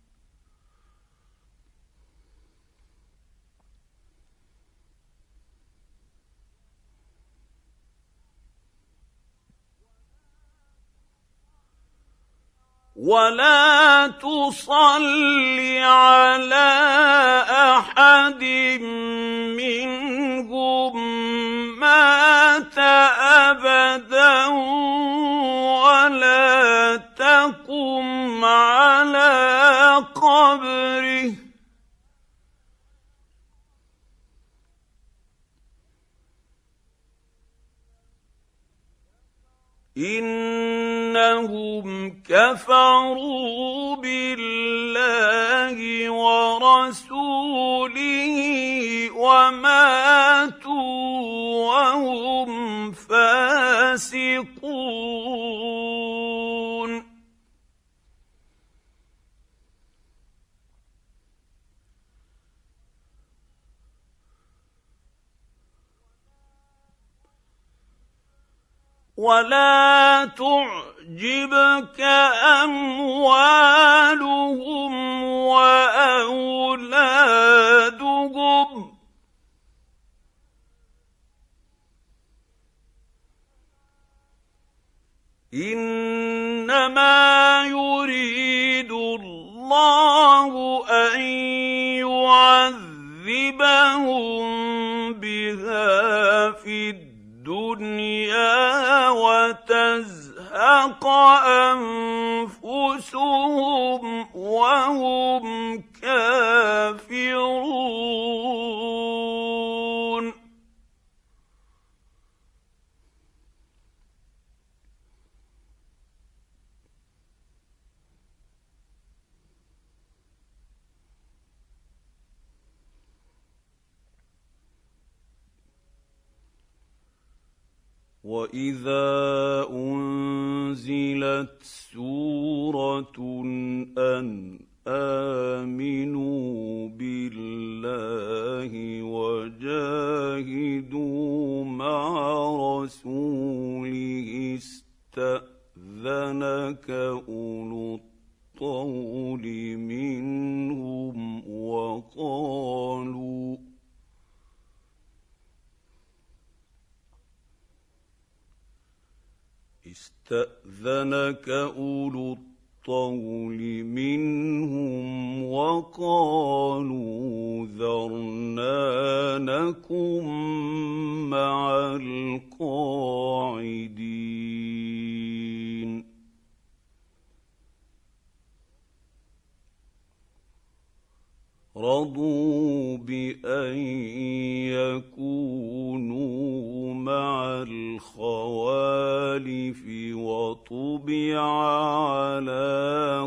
ولا تصل على أحد منهم مات أبدا ولا تقم على قبره إنهم كفروا بالله ورسوله وماتوا وهم فاسقون ولا تعجبك أموالهم وأولادهم إنما يريد الله أن يعذبهم بها في الدنيا الدنيا وتزهق أنفسهم وهم كافرون وَإِذَا أُنزِلَتْ سُورَةٌ أَنْ آمِنُوا بِاللَّهِ وَجَاهِدُوا مَعَ رَسُولِهِ اسْتَأْذَنَكَ أُولُو الطَّوْلِ مِنْهُمْ وَقَالُوا استأذنك أولو الطول منهم وقالوا ذرنا نكن مع القاعدين رضوا بأن يكونوا مع الخوالف وطبع على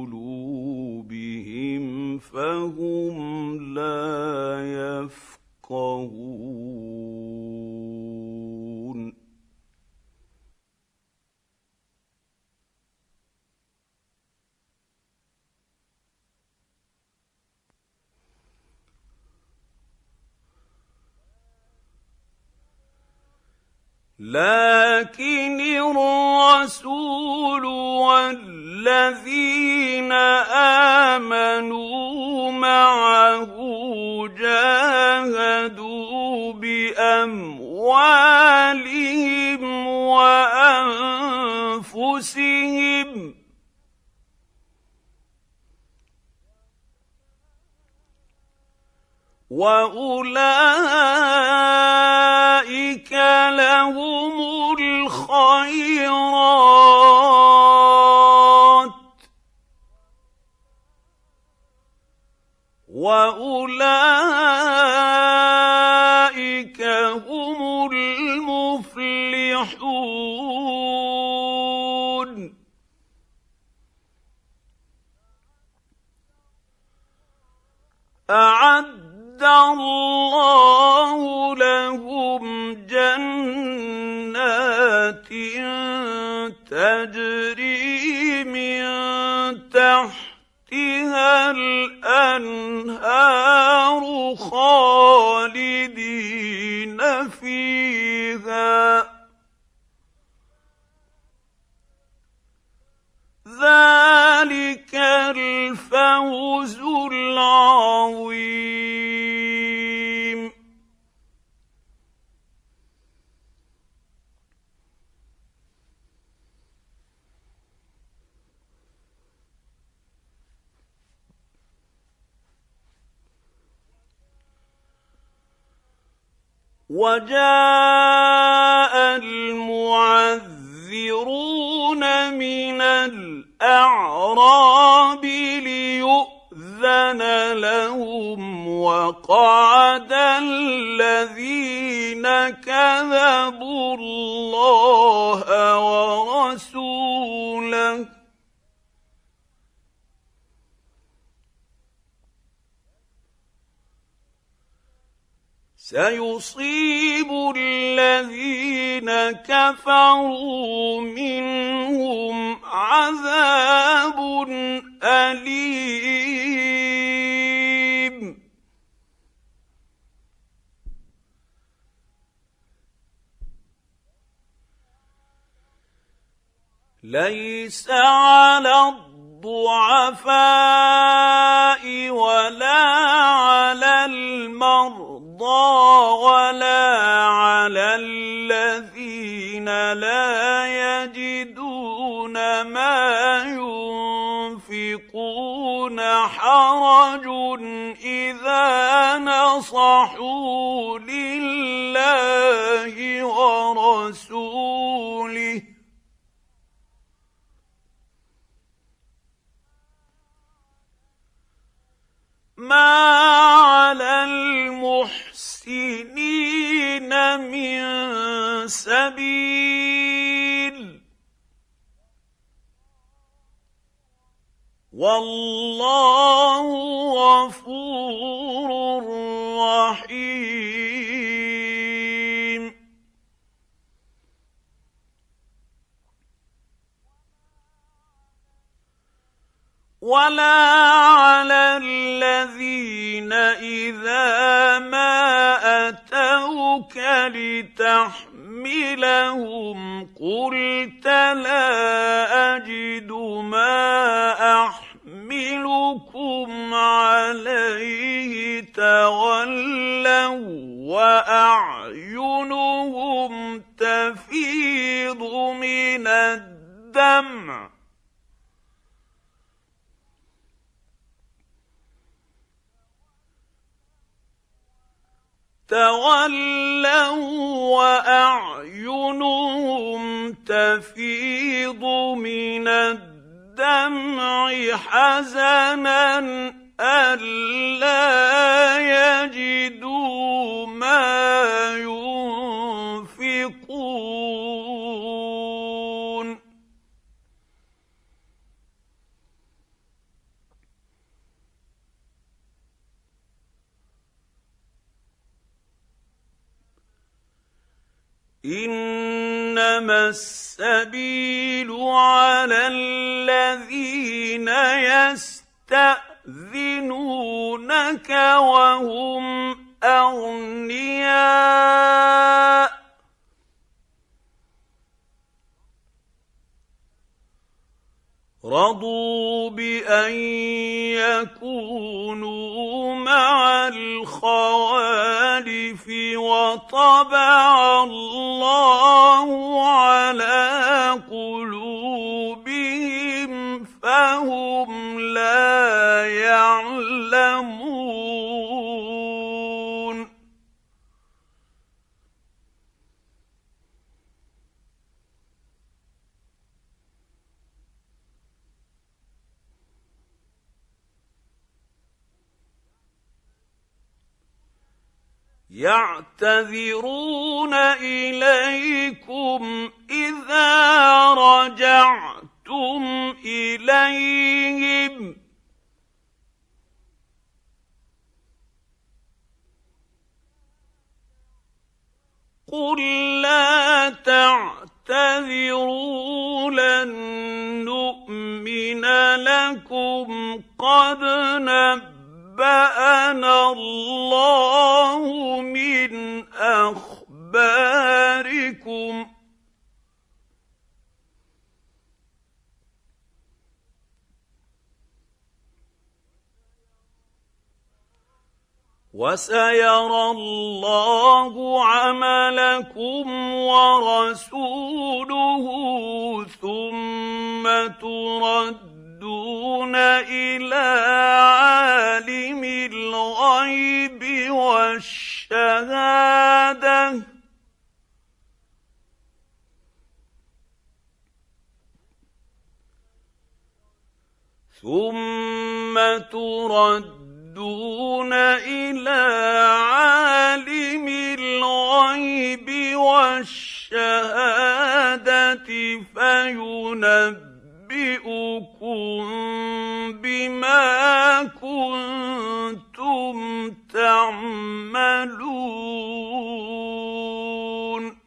قلوبهم فهم لا يفقهون لكن الرسول والذين آمنوا معه جاهدوا بأموالهم وأنفسهم وأولئك لهم الخيرات وأولئك هم المفلحون أعد الله لهم جنات تجري من تحتها الأنهار خالدين فيها ذلك الفوز العظيم. وجاء المعذرون من الأعراب ليؤذن لهم وقعد الذين كذبوا الله ورسوله سيصيب الذين كفروا منهم عذاب أليم. ليس على الضعفاء ولا على المرضى ولا على الذين لا يجدون ما ينفقون حرج إذا نصحوا لله ورسوله ما على المحسنين من سبيل والله غفور رحيم. ولا على الذين إذا ما أتوك لتحملهم قلت لا أجد ما أحملكم عليه تولوا وأعينهم تفيض من الدمع تولوا وأعينهم تفيض من الدمع حزنا ألا يجدوا ما ينفقون. إنما السبيل على الذين يستأذنونك وهم أغنياء رضوا بأن يكونوا مع الخوالف وطبع الله على قلوبهم فهم لا يعلمون. يعتذرون إليكم إذا رجعتم إليهم قل لا تعتذروا لن نؤمن لكم قد نبأنا الله من أخباركم وسيرى الله عملكم ورسوله ثم تردون إلى عالم الغيب والشهادة ثم تردون دون إلى عالم الغيب والشهادة فينبئكم بما كنتم تعملون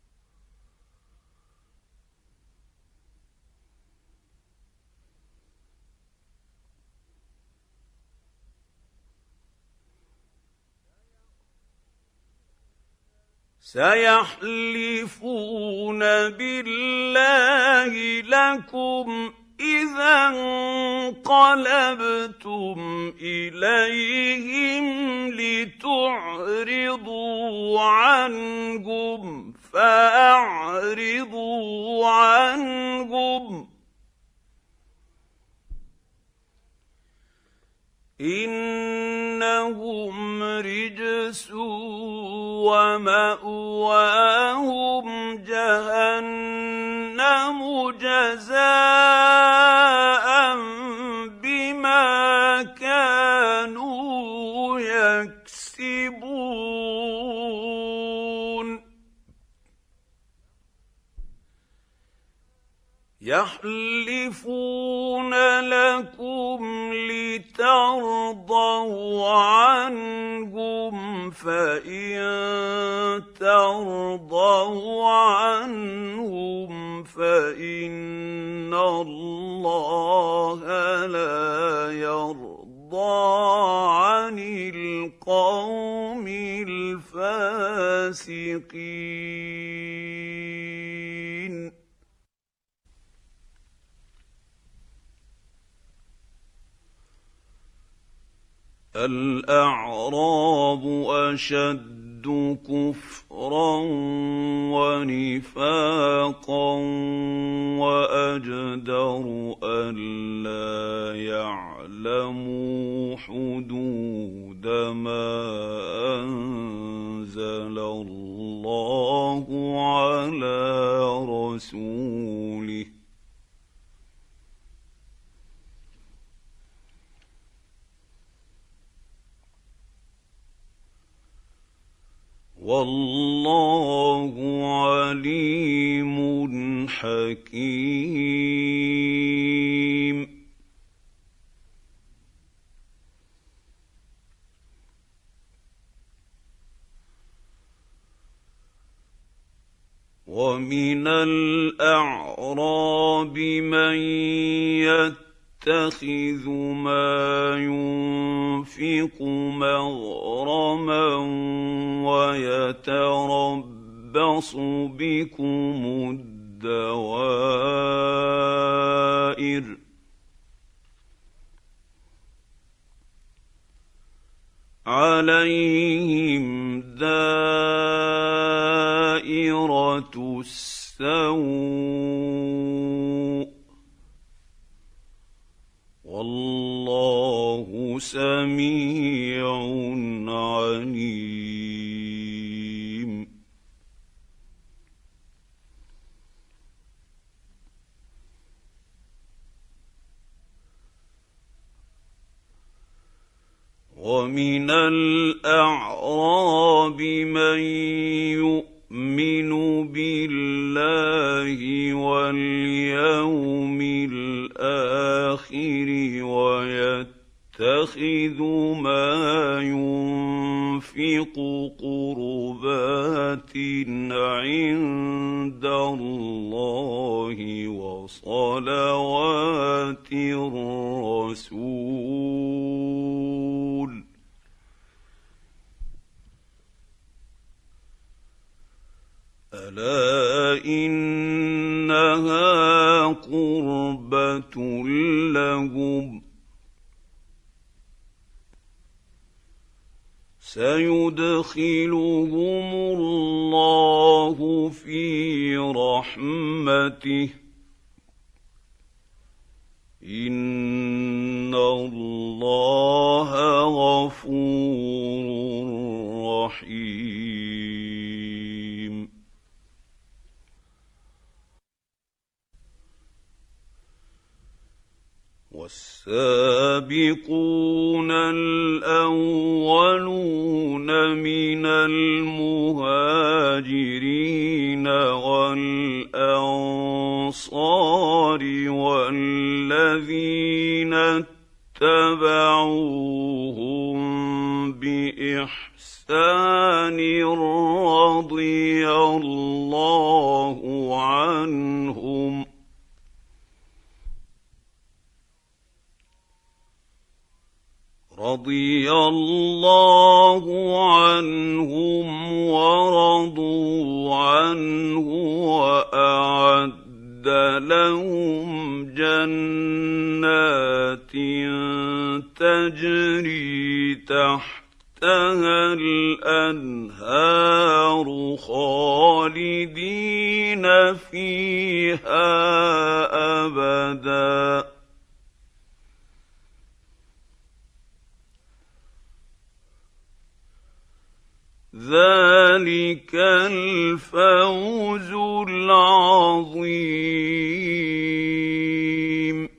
سيحلفون بالله لكم إذا انقلبتم إليهم لتعرضوا عنهم فأعرضوا عنهم إنهم رجس ومأواهم جهنم جزاء بما كانوا يكسبون يحلفون لكم لترضوا عنهم فإن ترضوا عنهم فإن الله لا يرضى عن القوم الفاسقين الأعراب أشد كفرا ونفاقا وأجدر ألا يعلموا حدود ما أنزل الله على رسوله والله عليم حكيم ومن الأعراب من يتخذ ما ينفق مغرما ويتربص بكم الدوائر عليهم دائرة السوء والله سميع عليم ومن الأعراب من يؤمن بالله واليوم الآخر ويتبع يتخذ ما ينفق قربات عند الله وصلوات الرسول ألا إنها قربة لهم سيدخلهم الله في رحمته إن الله غفور رحيم والسابقون الأولون من المهاجرين والأنصار والذين اتبعوهم بإحسان رضي الله عنهم رضي الله عنهم ورضوا عنه وأعد لهم جنات تجري تحتها الأنهار خالدين فيها أبداً ذلك الفوز العظيم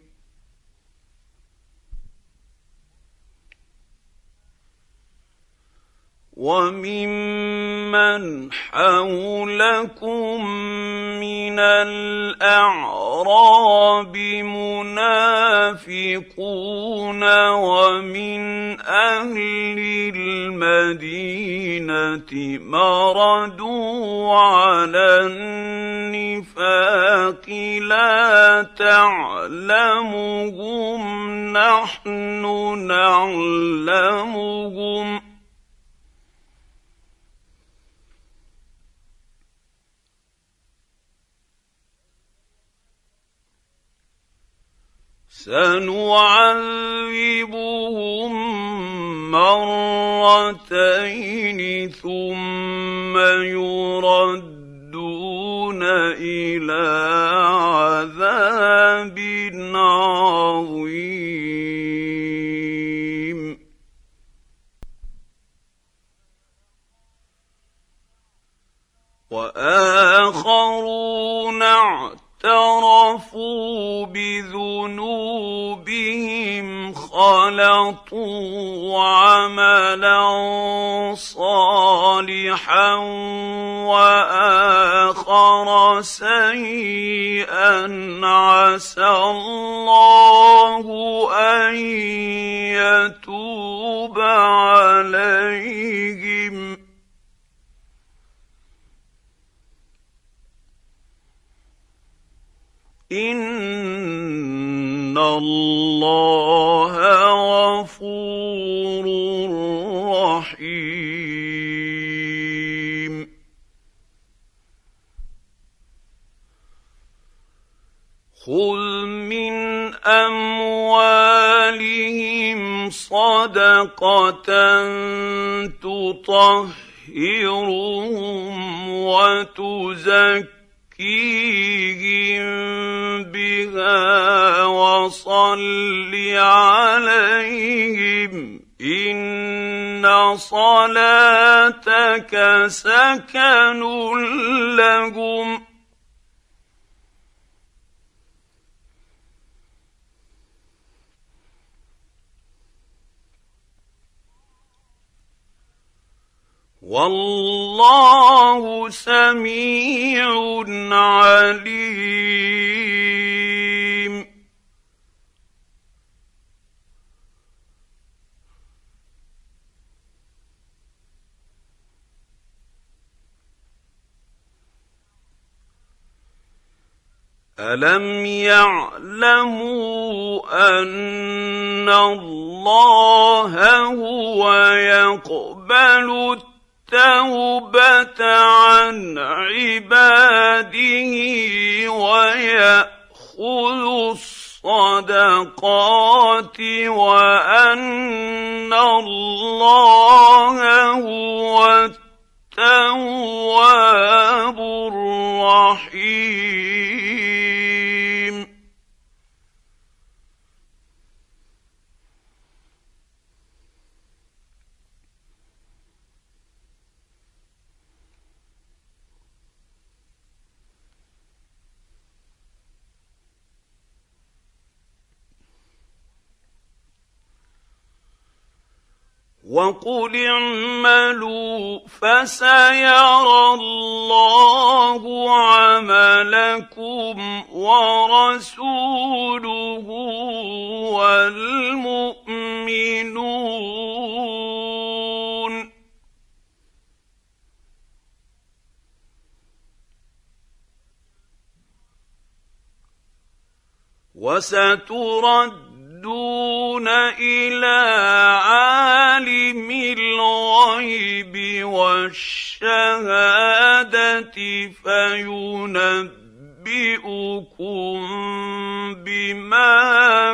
وممن حولكم من الأعراب منافقون ومن أهل المدينة مردوا على النفاق لا تعلمهم نحن نعلمهم سنعذبهم مرتين ثم يردون إلى عذاب عظيم وآخرون اعترفوا بذنوبهم خلطوا عملا صالحا وآخر سيئا عسى الله أن يتوب عليهم إن الله غفور رحيم خذ من أموالهم صدقة تطهرهم وتزكيهم بها وصل عليهم إن صلاتك سكن لهم والله سميع عليم ألم يعلموا أن الله هو يقبل التوبة عن عباده ويأخذ الصدقات وأن الله هو التواب الرحيم. وقل اعملوا فسيرى الله عملكم ورسوله والمؤمنون وستردون دون إلى عالم الغيب والشهادة فينبئكم بما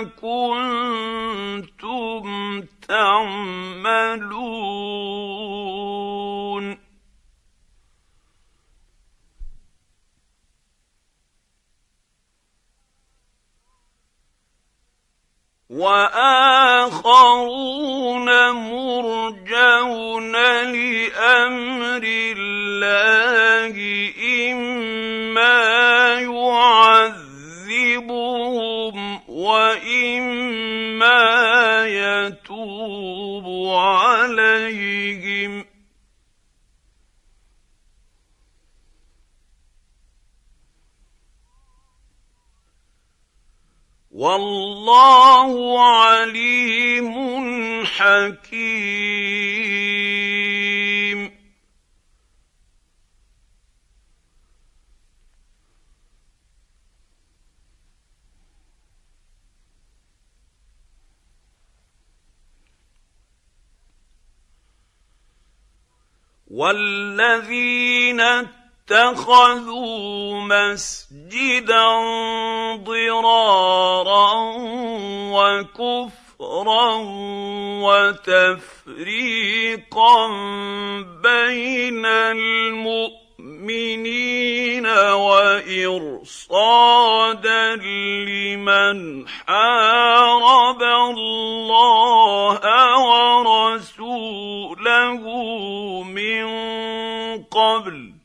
كنتم تعملون. وآخرون مرجون لأمر الله إما يعذبهم وإما يتوب عليهم والله عليم حكيم. والذين اتخذوا مسجدا ضرارا وكفرا وتفريقا بين المؤمنين وإرصادا لمن حارب الله ورسوله من قبل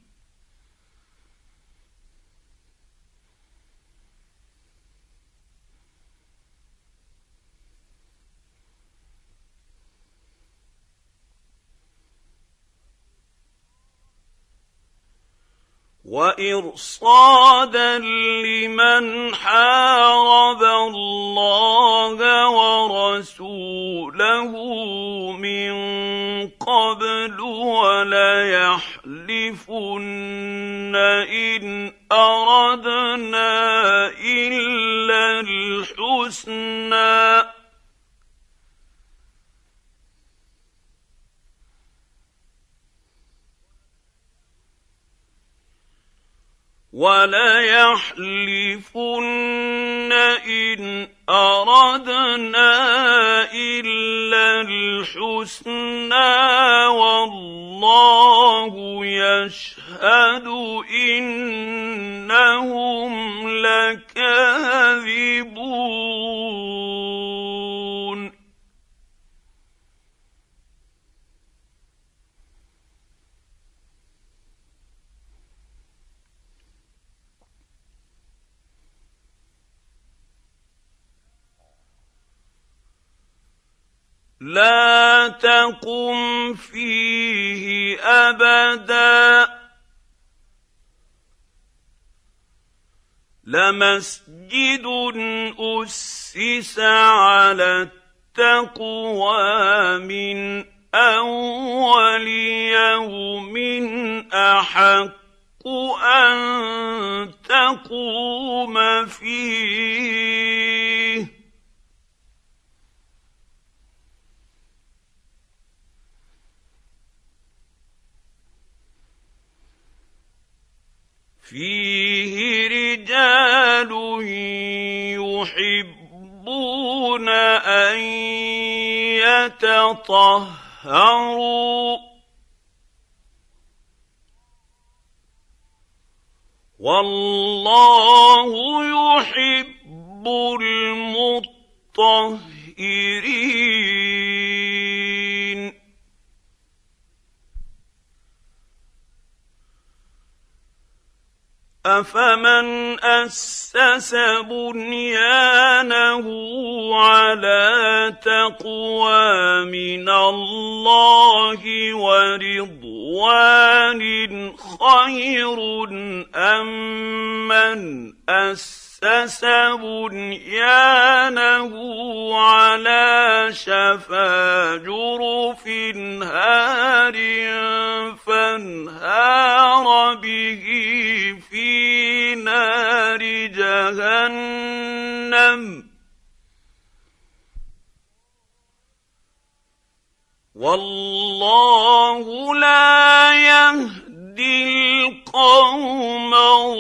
وإرصادا لمن حارب الله ورسوله من قبل وليحلفن إن أردنا إلا الحسنى وليحلفن إن أردنا إلا الحسنى والله يشهد إنهم لكاذبون. لا تقم فيه أبدا لمسجد أسس على التقوى من أول يوم أحق أن تقوم فيه فيه رجال يحبون أن يتطهروا والله يحب المطهرين أفمن أسس بنيانه على تقوى من الله ورضوان خير أم من أسس بنيانه على شفا جرف هار فانهار به في نار جهنم والله لا يهدي القوم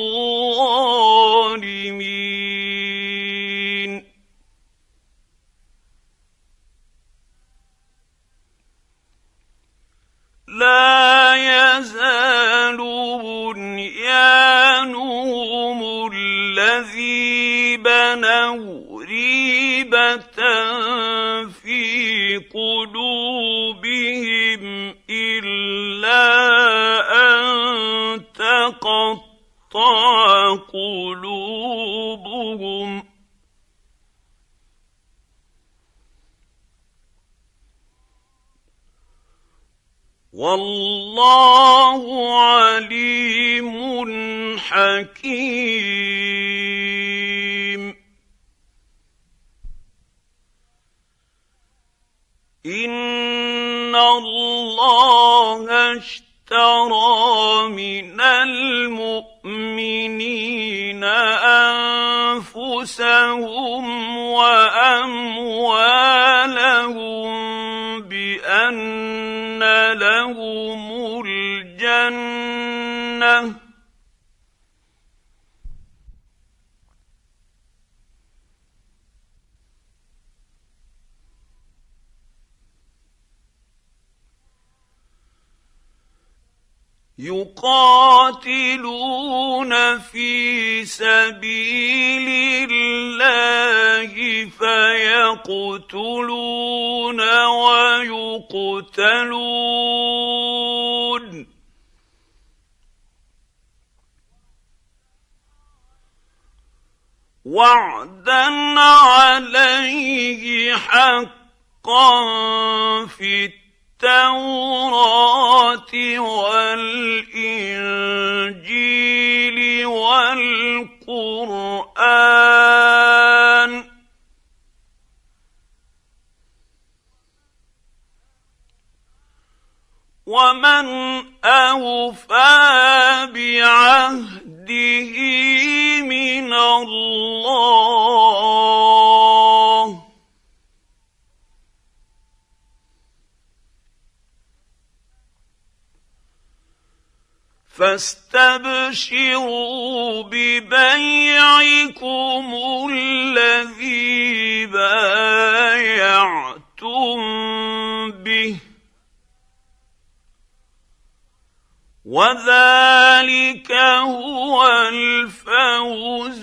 الظالمين لا يزال بنيانهم الذي بنوا ريبة في قلوبهم إلا أن تقطع قلوبهم والله عليم حكيم إن الله اشترى من المؤمنين أنفسهم وأموالهم بأن لهم الجنة يقاتلون في سبيل الله فيقتلون ويقتلون وعدا عليه حقا في التوراة والإنجيل والقرآن ومن أوفى بعهده من الله فاستبشروا ببيعكم الذي بايعتم به وذلك هو الفوز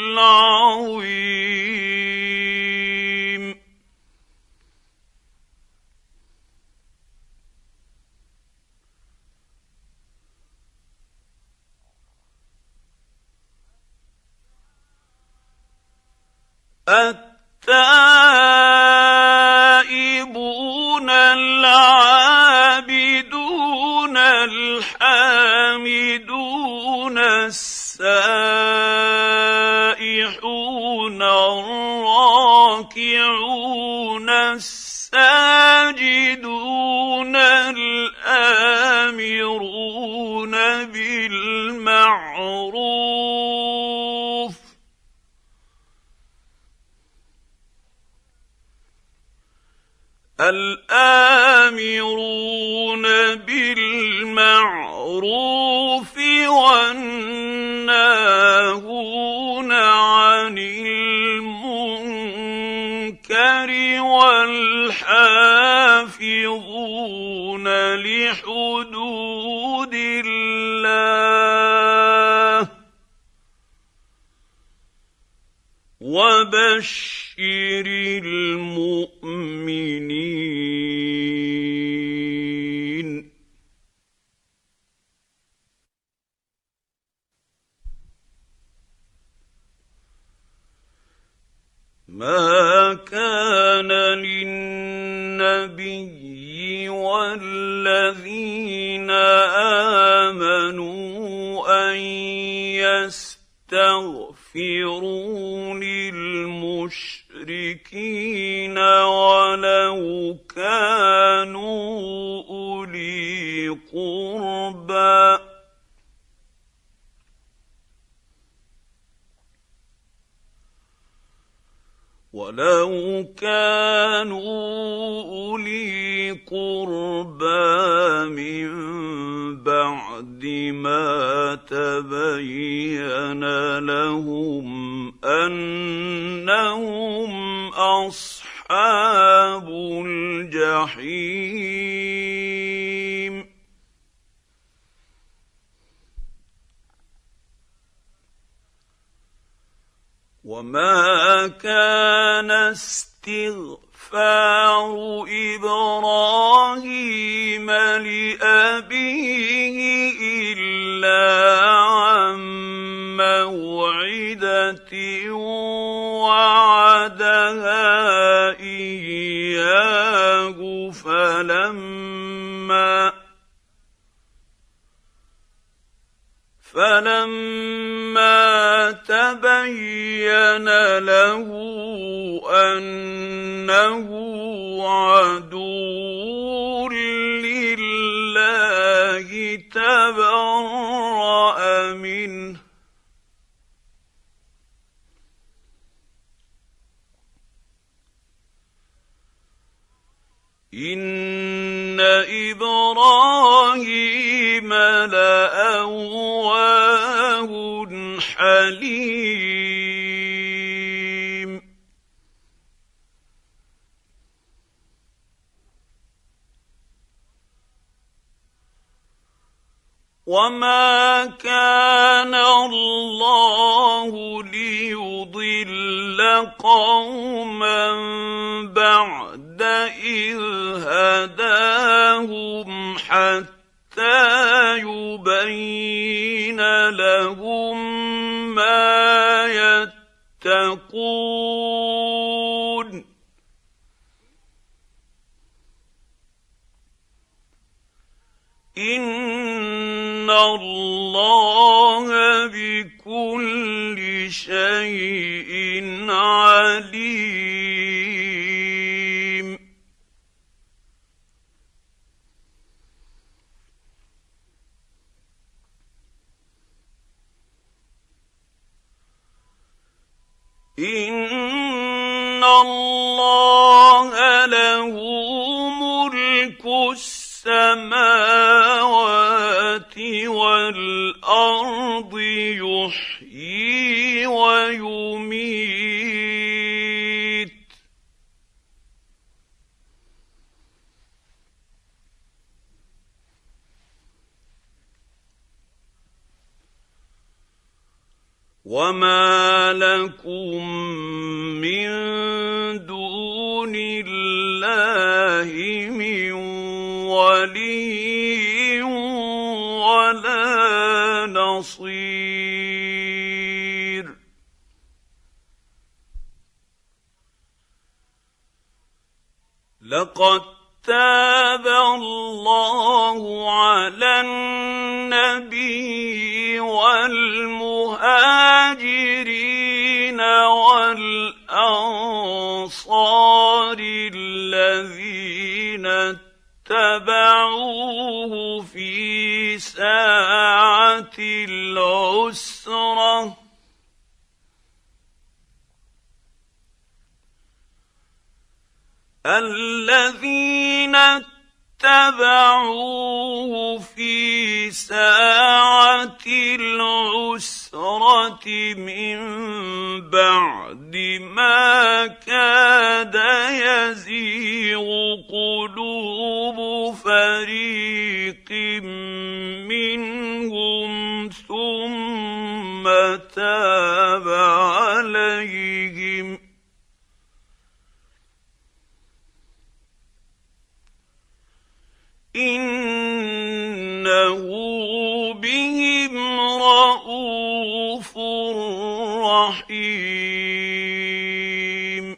العظيم التائبون العابدون الحامدون السائحون الراكعون الساجدون الآمرون بالمعروف الآمرون بالمعروف والناهون عن المنكر والحافظون لحدود الله وبشر المؤمنين. ما كان للنبي والذين آمنوا أن يستغفروا للمشركين ولو كانوا أولي قربى ولو كانوا أولي قربى من بعد ما تبين لهم أنهم أصحاب الجحيم. وما كان استغفار إبراهيم لأبيه إلا عن موعدة وعدها إياه فلما فلما تبين له أنه عدو لله تبرأ منه. إن إبراهيم لأواه حليم. وما كان الله ليضل قوما بعد إذ هداهم حتى يبين لهم ما يتقون. إن الله بكل شيء عليم. إن الله له ملك السماوات والأرض يحيي ويميت. وما لكم من دون الله من ولي ولا نصير. لقد تاب الله على النبي والمهاجرين والأنصار الذين اتبعوه في ساعة العسرة من الذين اتبعوه في ساعة العسرة من بعد ما كاد يزيغ قلوب فريق منهم ثم تاب عليهم إنه بهم رءوف رحيم.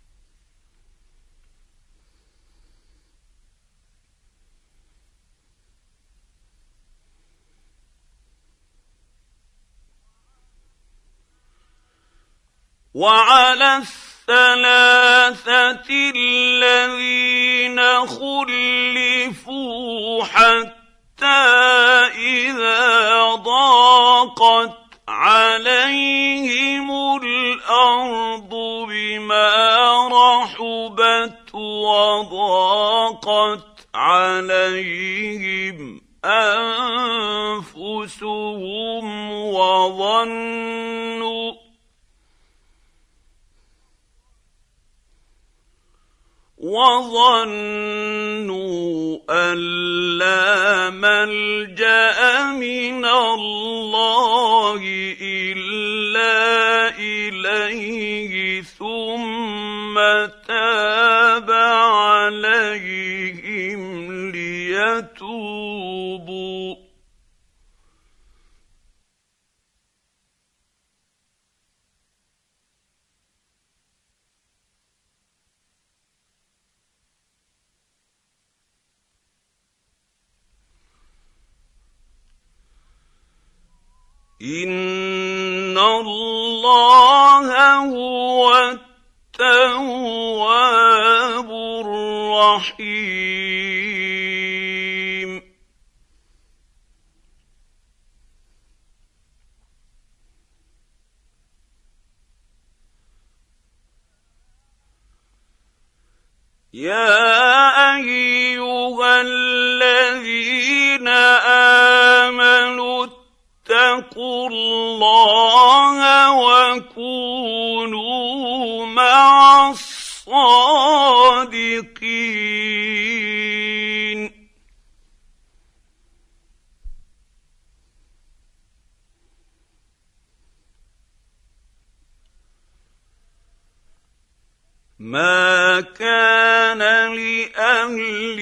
وعلى الثلاثة الذين خلفوا حتى إذا ضاقت عليهم الأرض بما رحبت وضاقت عليهم أنفسهم وظنوا وظنوا أن لا ملجأ من الله إلا إليه ثم تاب عليهم ليتوبوا إن الله هو التواب الرحيم. يا أيها الذين آمنوا اتقوا الله وكونوا مع الصادقين. ما كان لأهل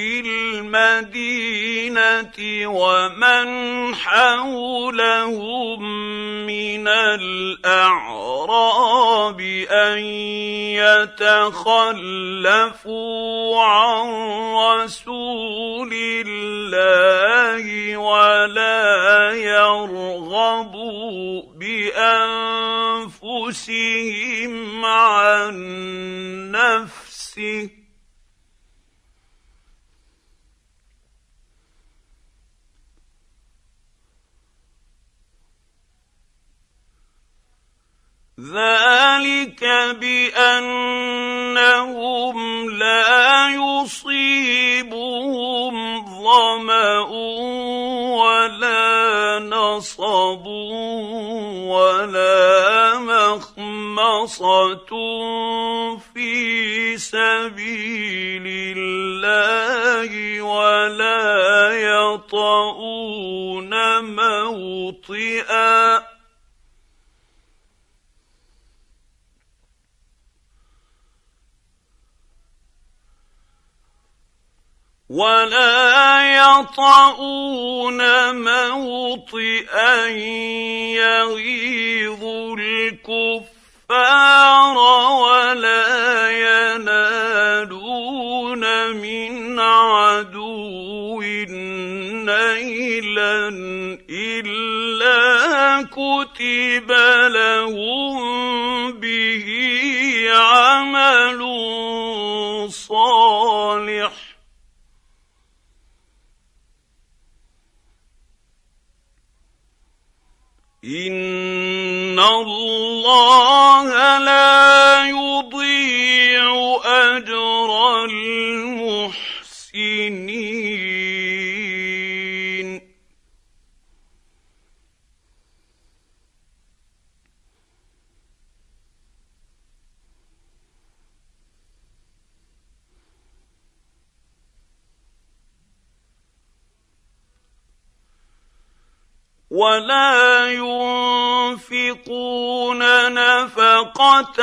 المدينة ومن حولهم من الأعراب أن يتخلفوا عن رسول الله ولا يرغبوا بأنفسهم عن نفسه ذلك بأنهم لا يصيبهم ظمأ ولا نصب ولا مخمصة في سبيل الله ولا يطؤون موطئا ولا يطؤون موطئا يغيظ الكفار ولا ينالون من عدو نيلا إلا كتب لهم به عمل صالح إن الله لا يضيع أجر أجر المحسنين ولا ينفقون نفقة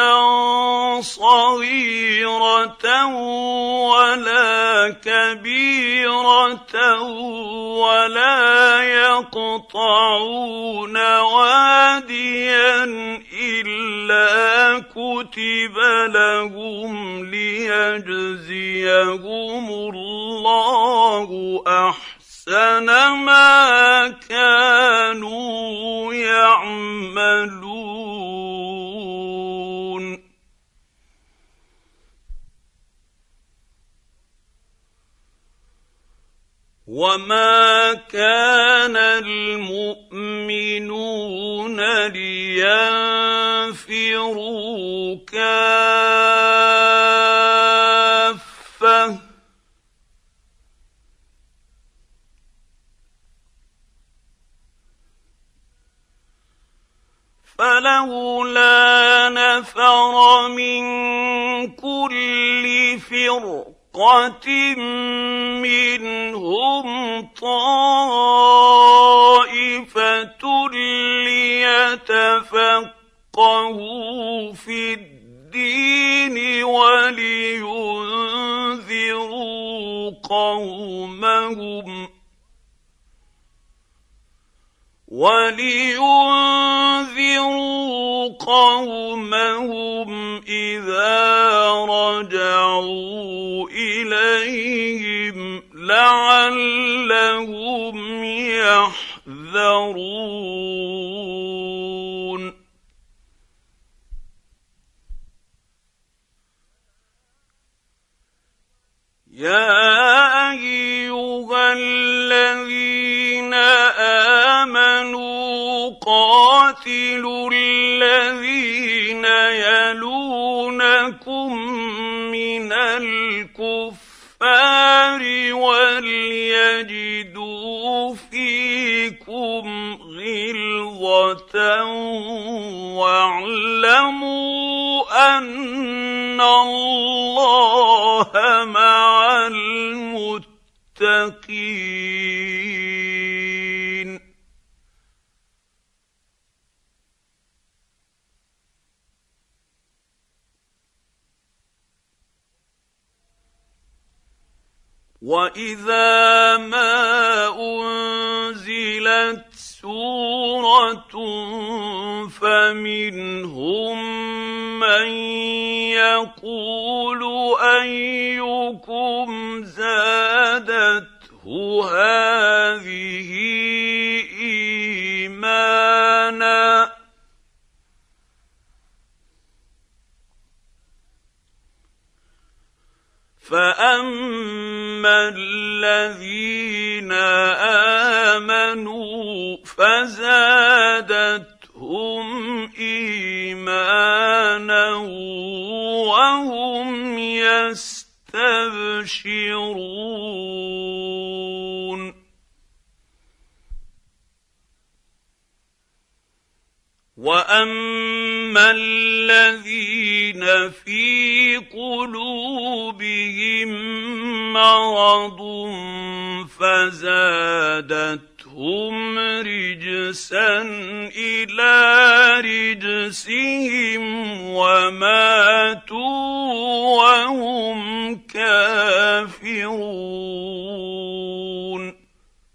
صغيرة ولا كبيرة ولا يقطعون واديا إلا كتب لهم ليجزيهم الله أحسن أحسن ما كانوا يعملون وما كان المؤمنون لينفروا كافة فلولا نفر من كل فرقة منهم طائفة ليتفقهوا في الدين ولينذروا قومهم ولينذروا قومهم إذا رجعوا إليهم لعلهم يحذرون يا أيها الذين آمنوا قاتلوا الذين يلونكم من الكفار وليجدوا فيكم غلظة واعلموا أن الله مع المتقين وإذا ما أنزلت سورة فمنهم من يقول أيكم زادته هذه إيمانا فأما الذين آمنوا فزادتهم إيمانا وهم يستبشرون وأما الذين في قلوبهم مرض فزادتهم رجسا إلى رجسهم وماتوا وهم كافرون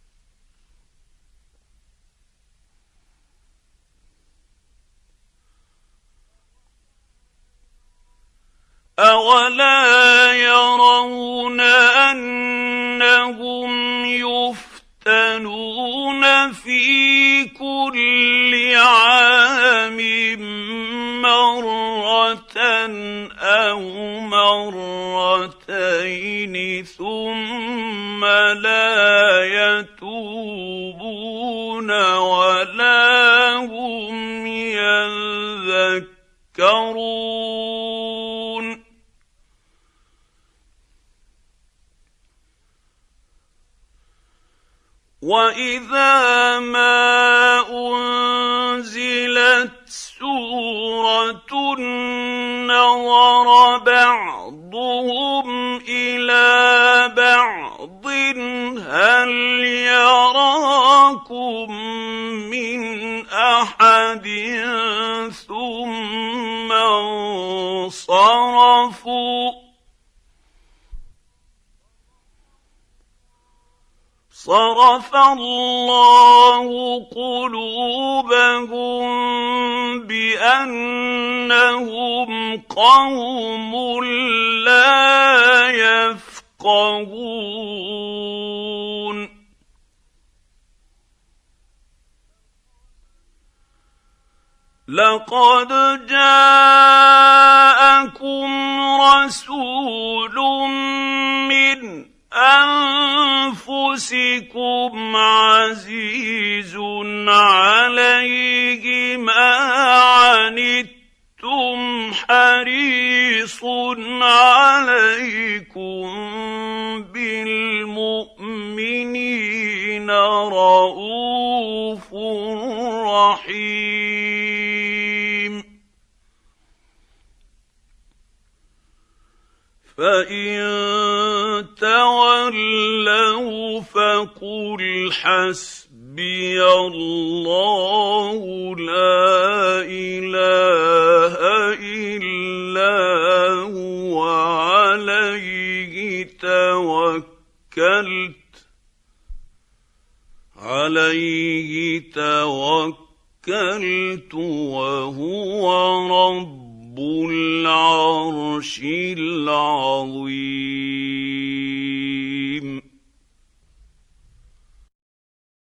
أولا يرون أنهم يفتنون في كل عام مرة أو مرتين ثم لا يتوبون ولا هم يذكرون واذا ما انزلت سوره نظر بعضهم الى بعض هل يراكم من احد ثم انصرفوا صرف الله قلوبهم بانهم قوم لا يفقهون لقد جاءكم رسول من أنفسكم عزيز عليه ما عنتم حريص عليكم بالمؤمنين رءوف رحيم فإن تولوا فقل حسبي الله لا إله إلا هو عليه توكلت عليه توكلت وهو رب العرش العظيم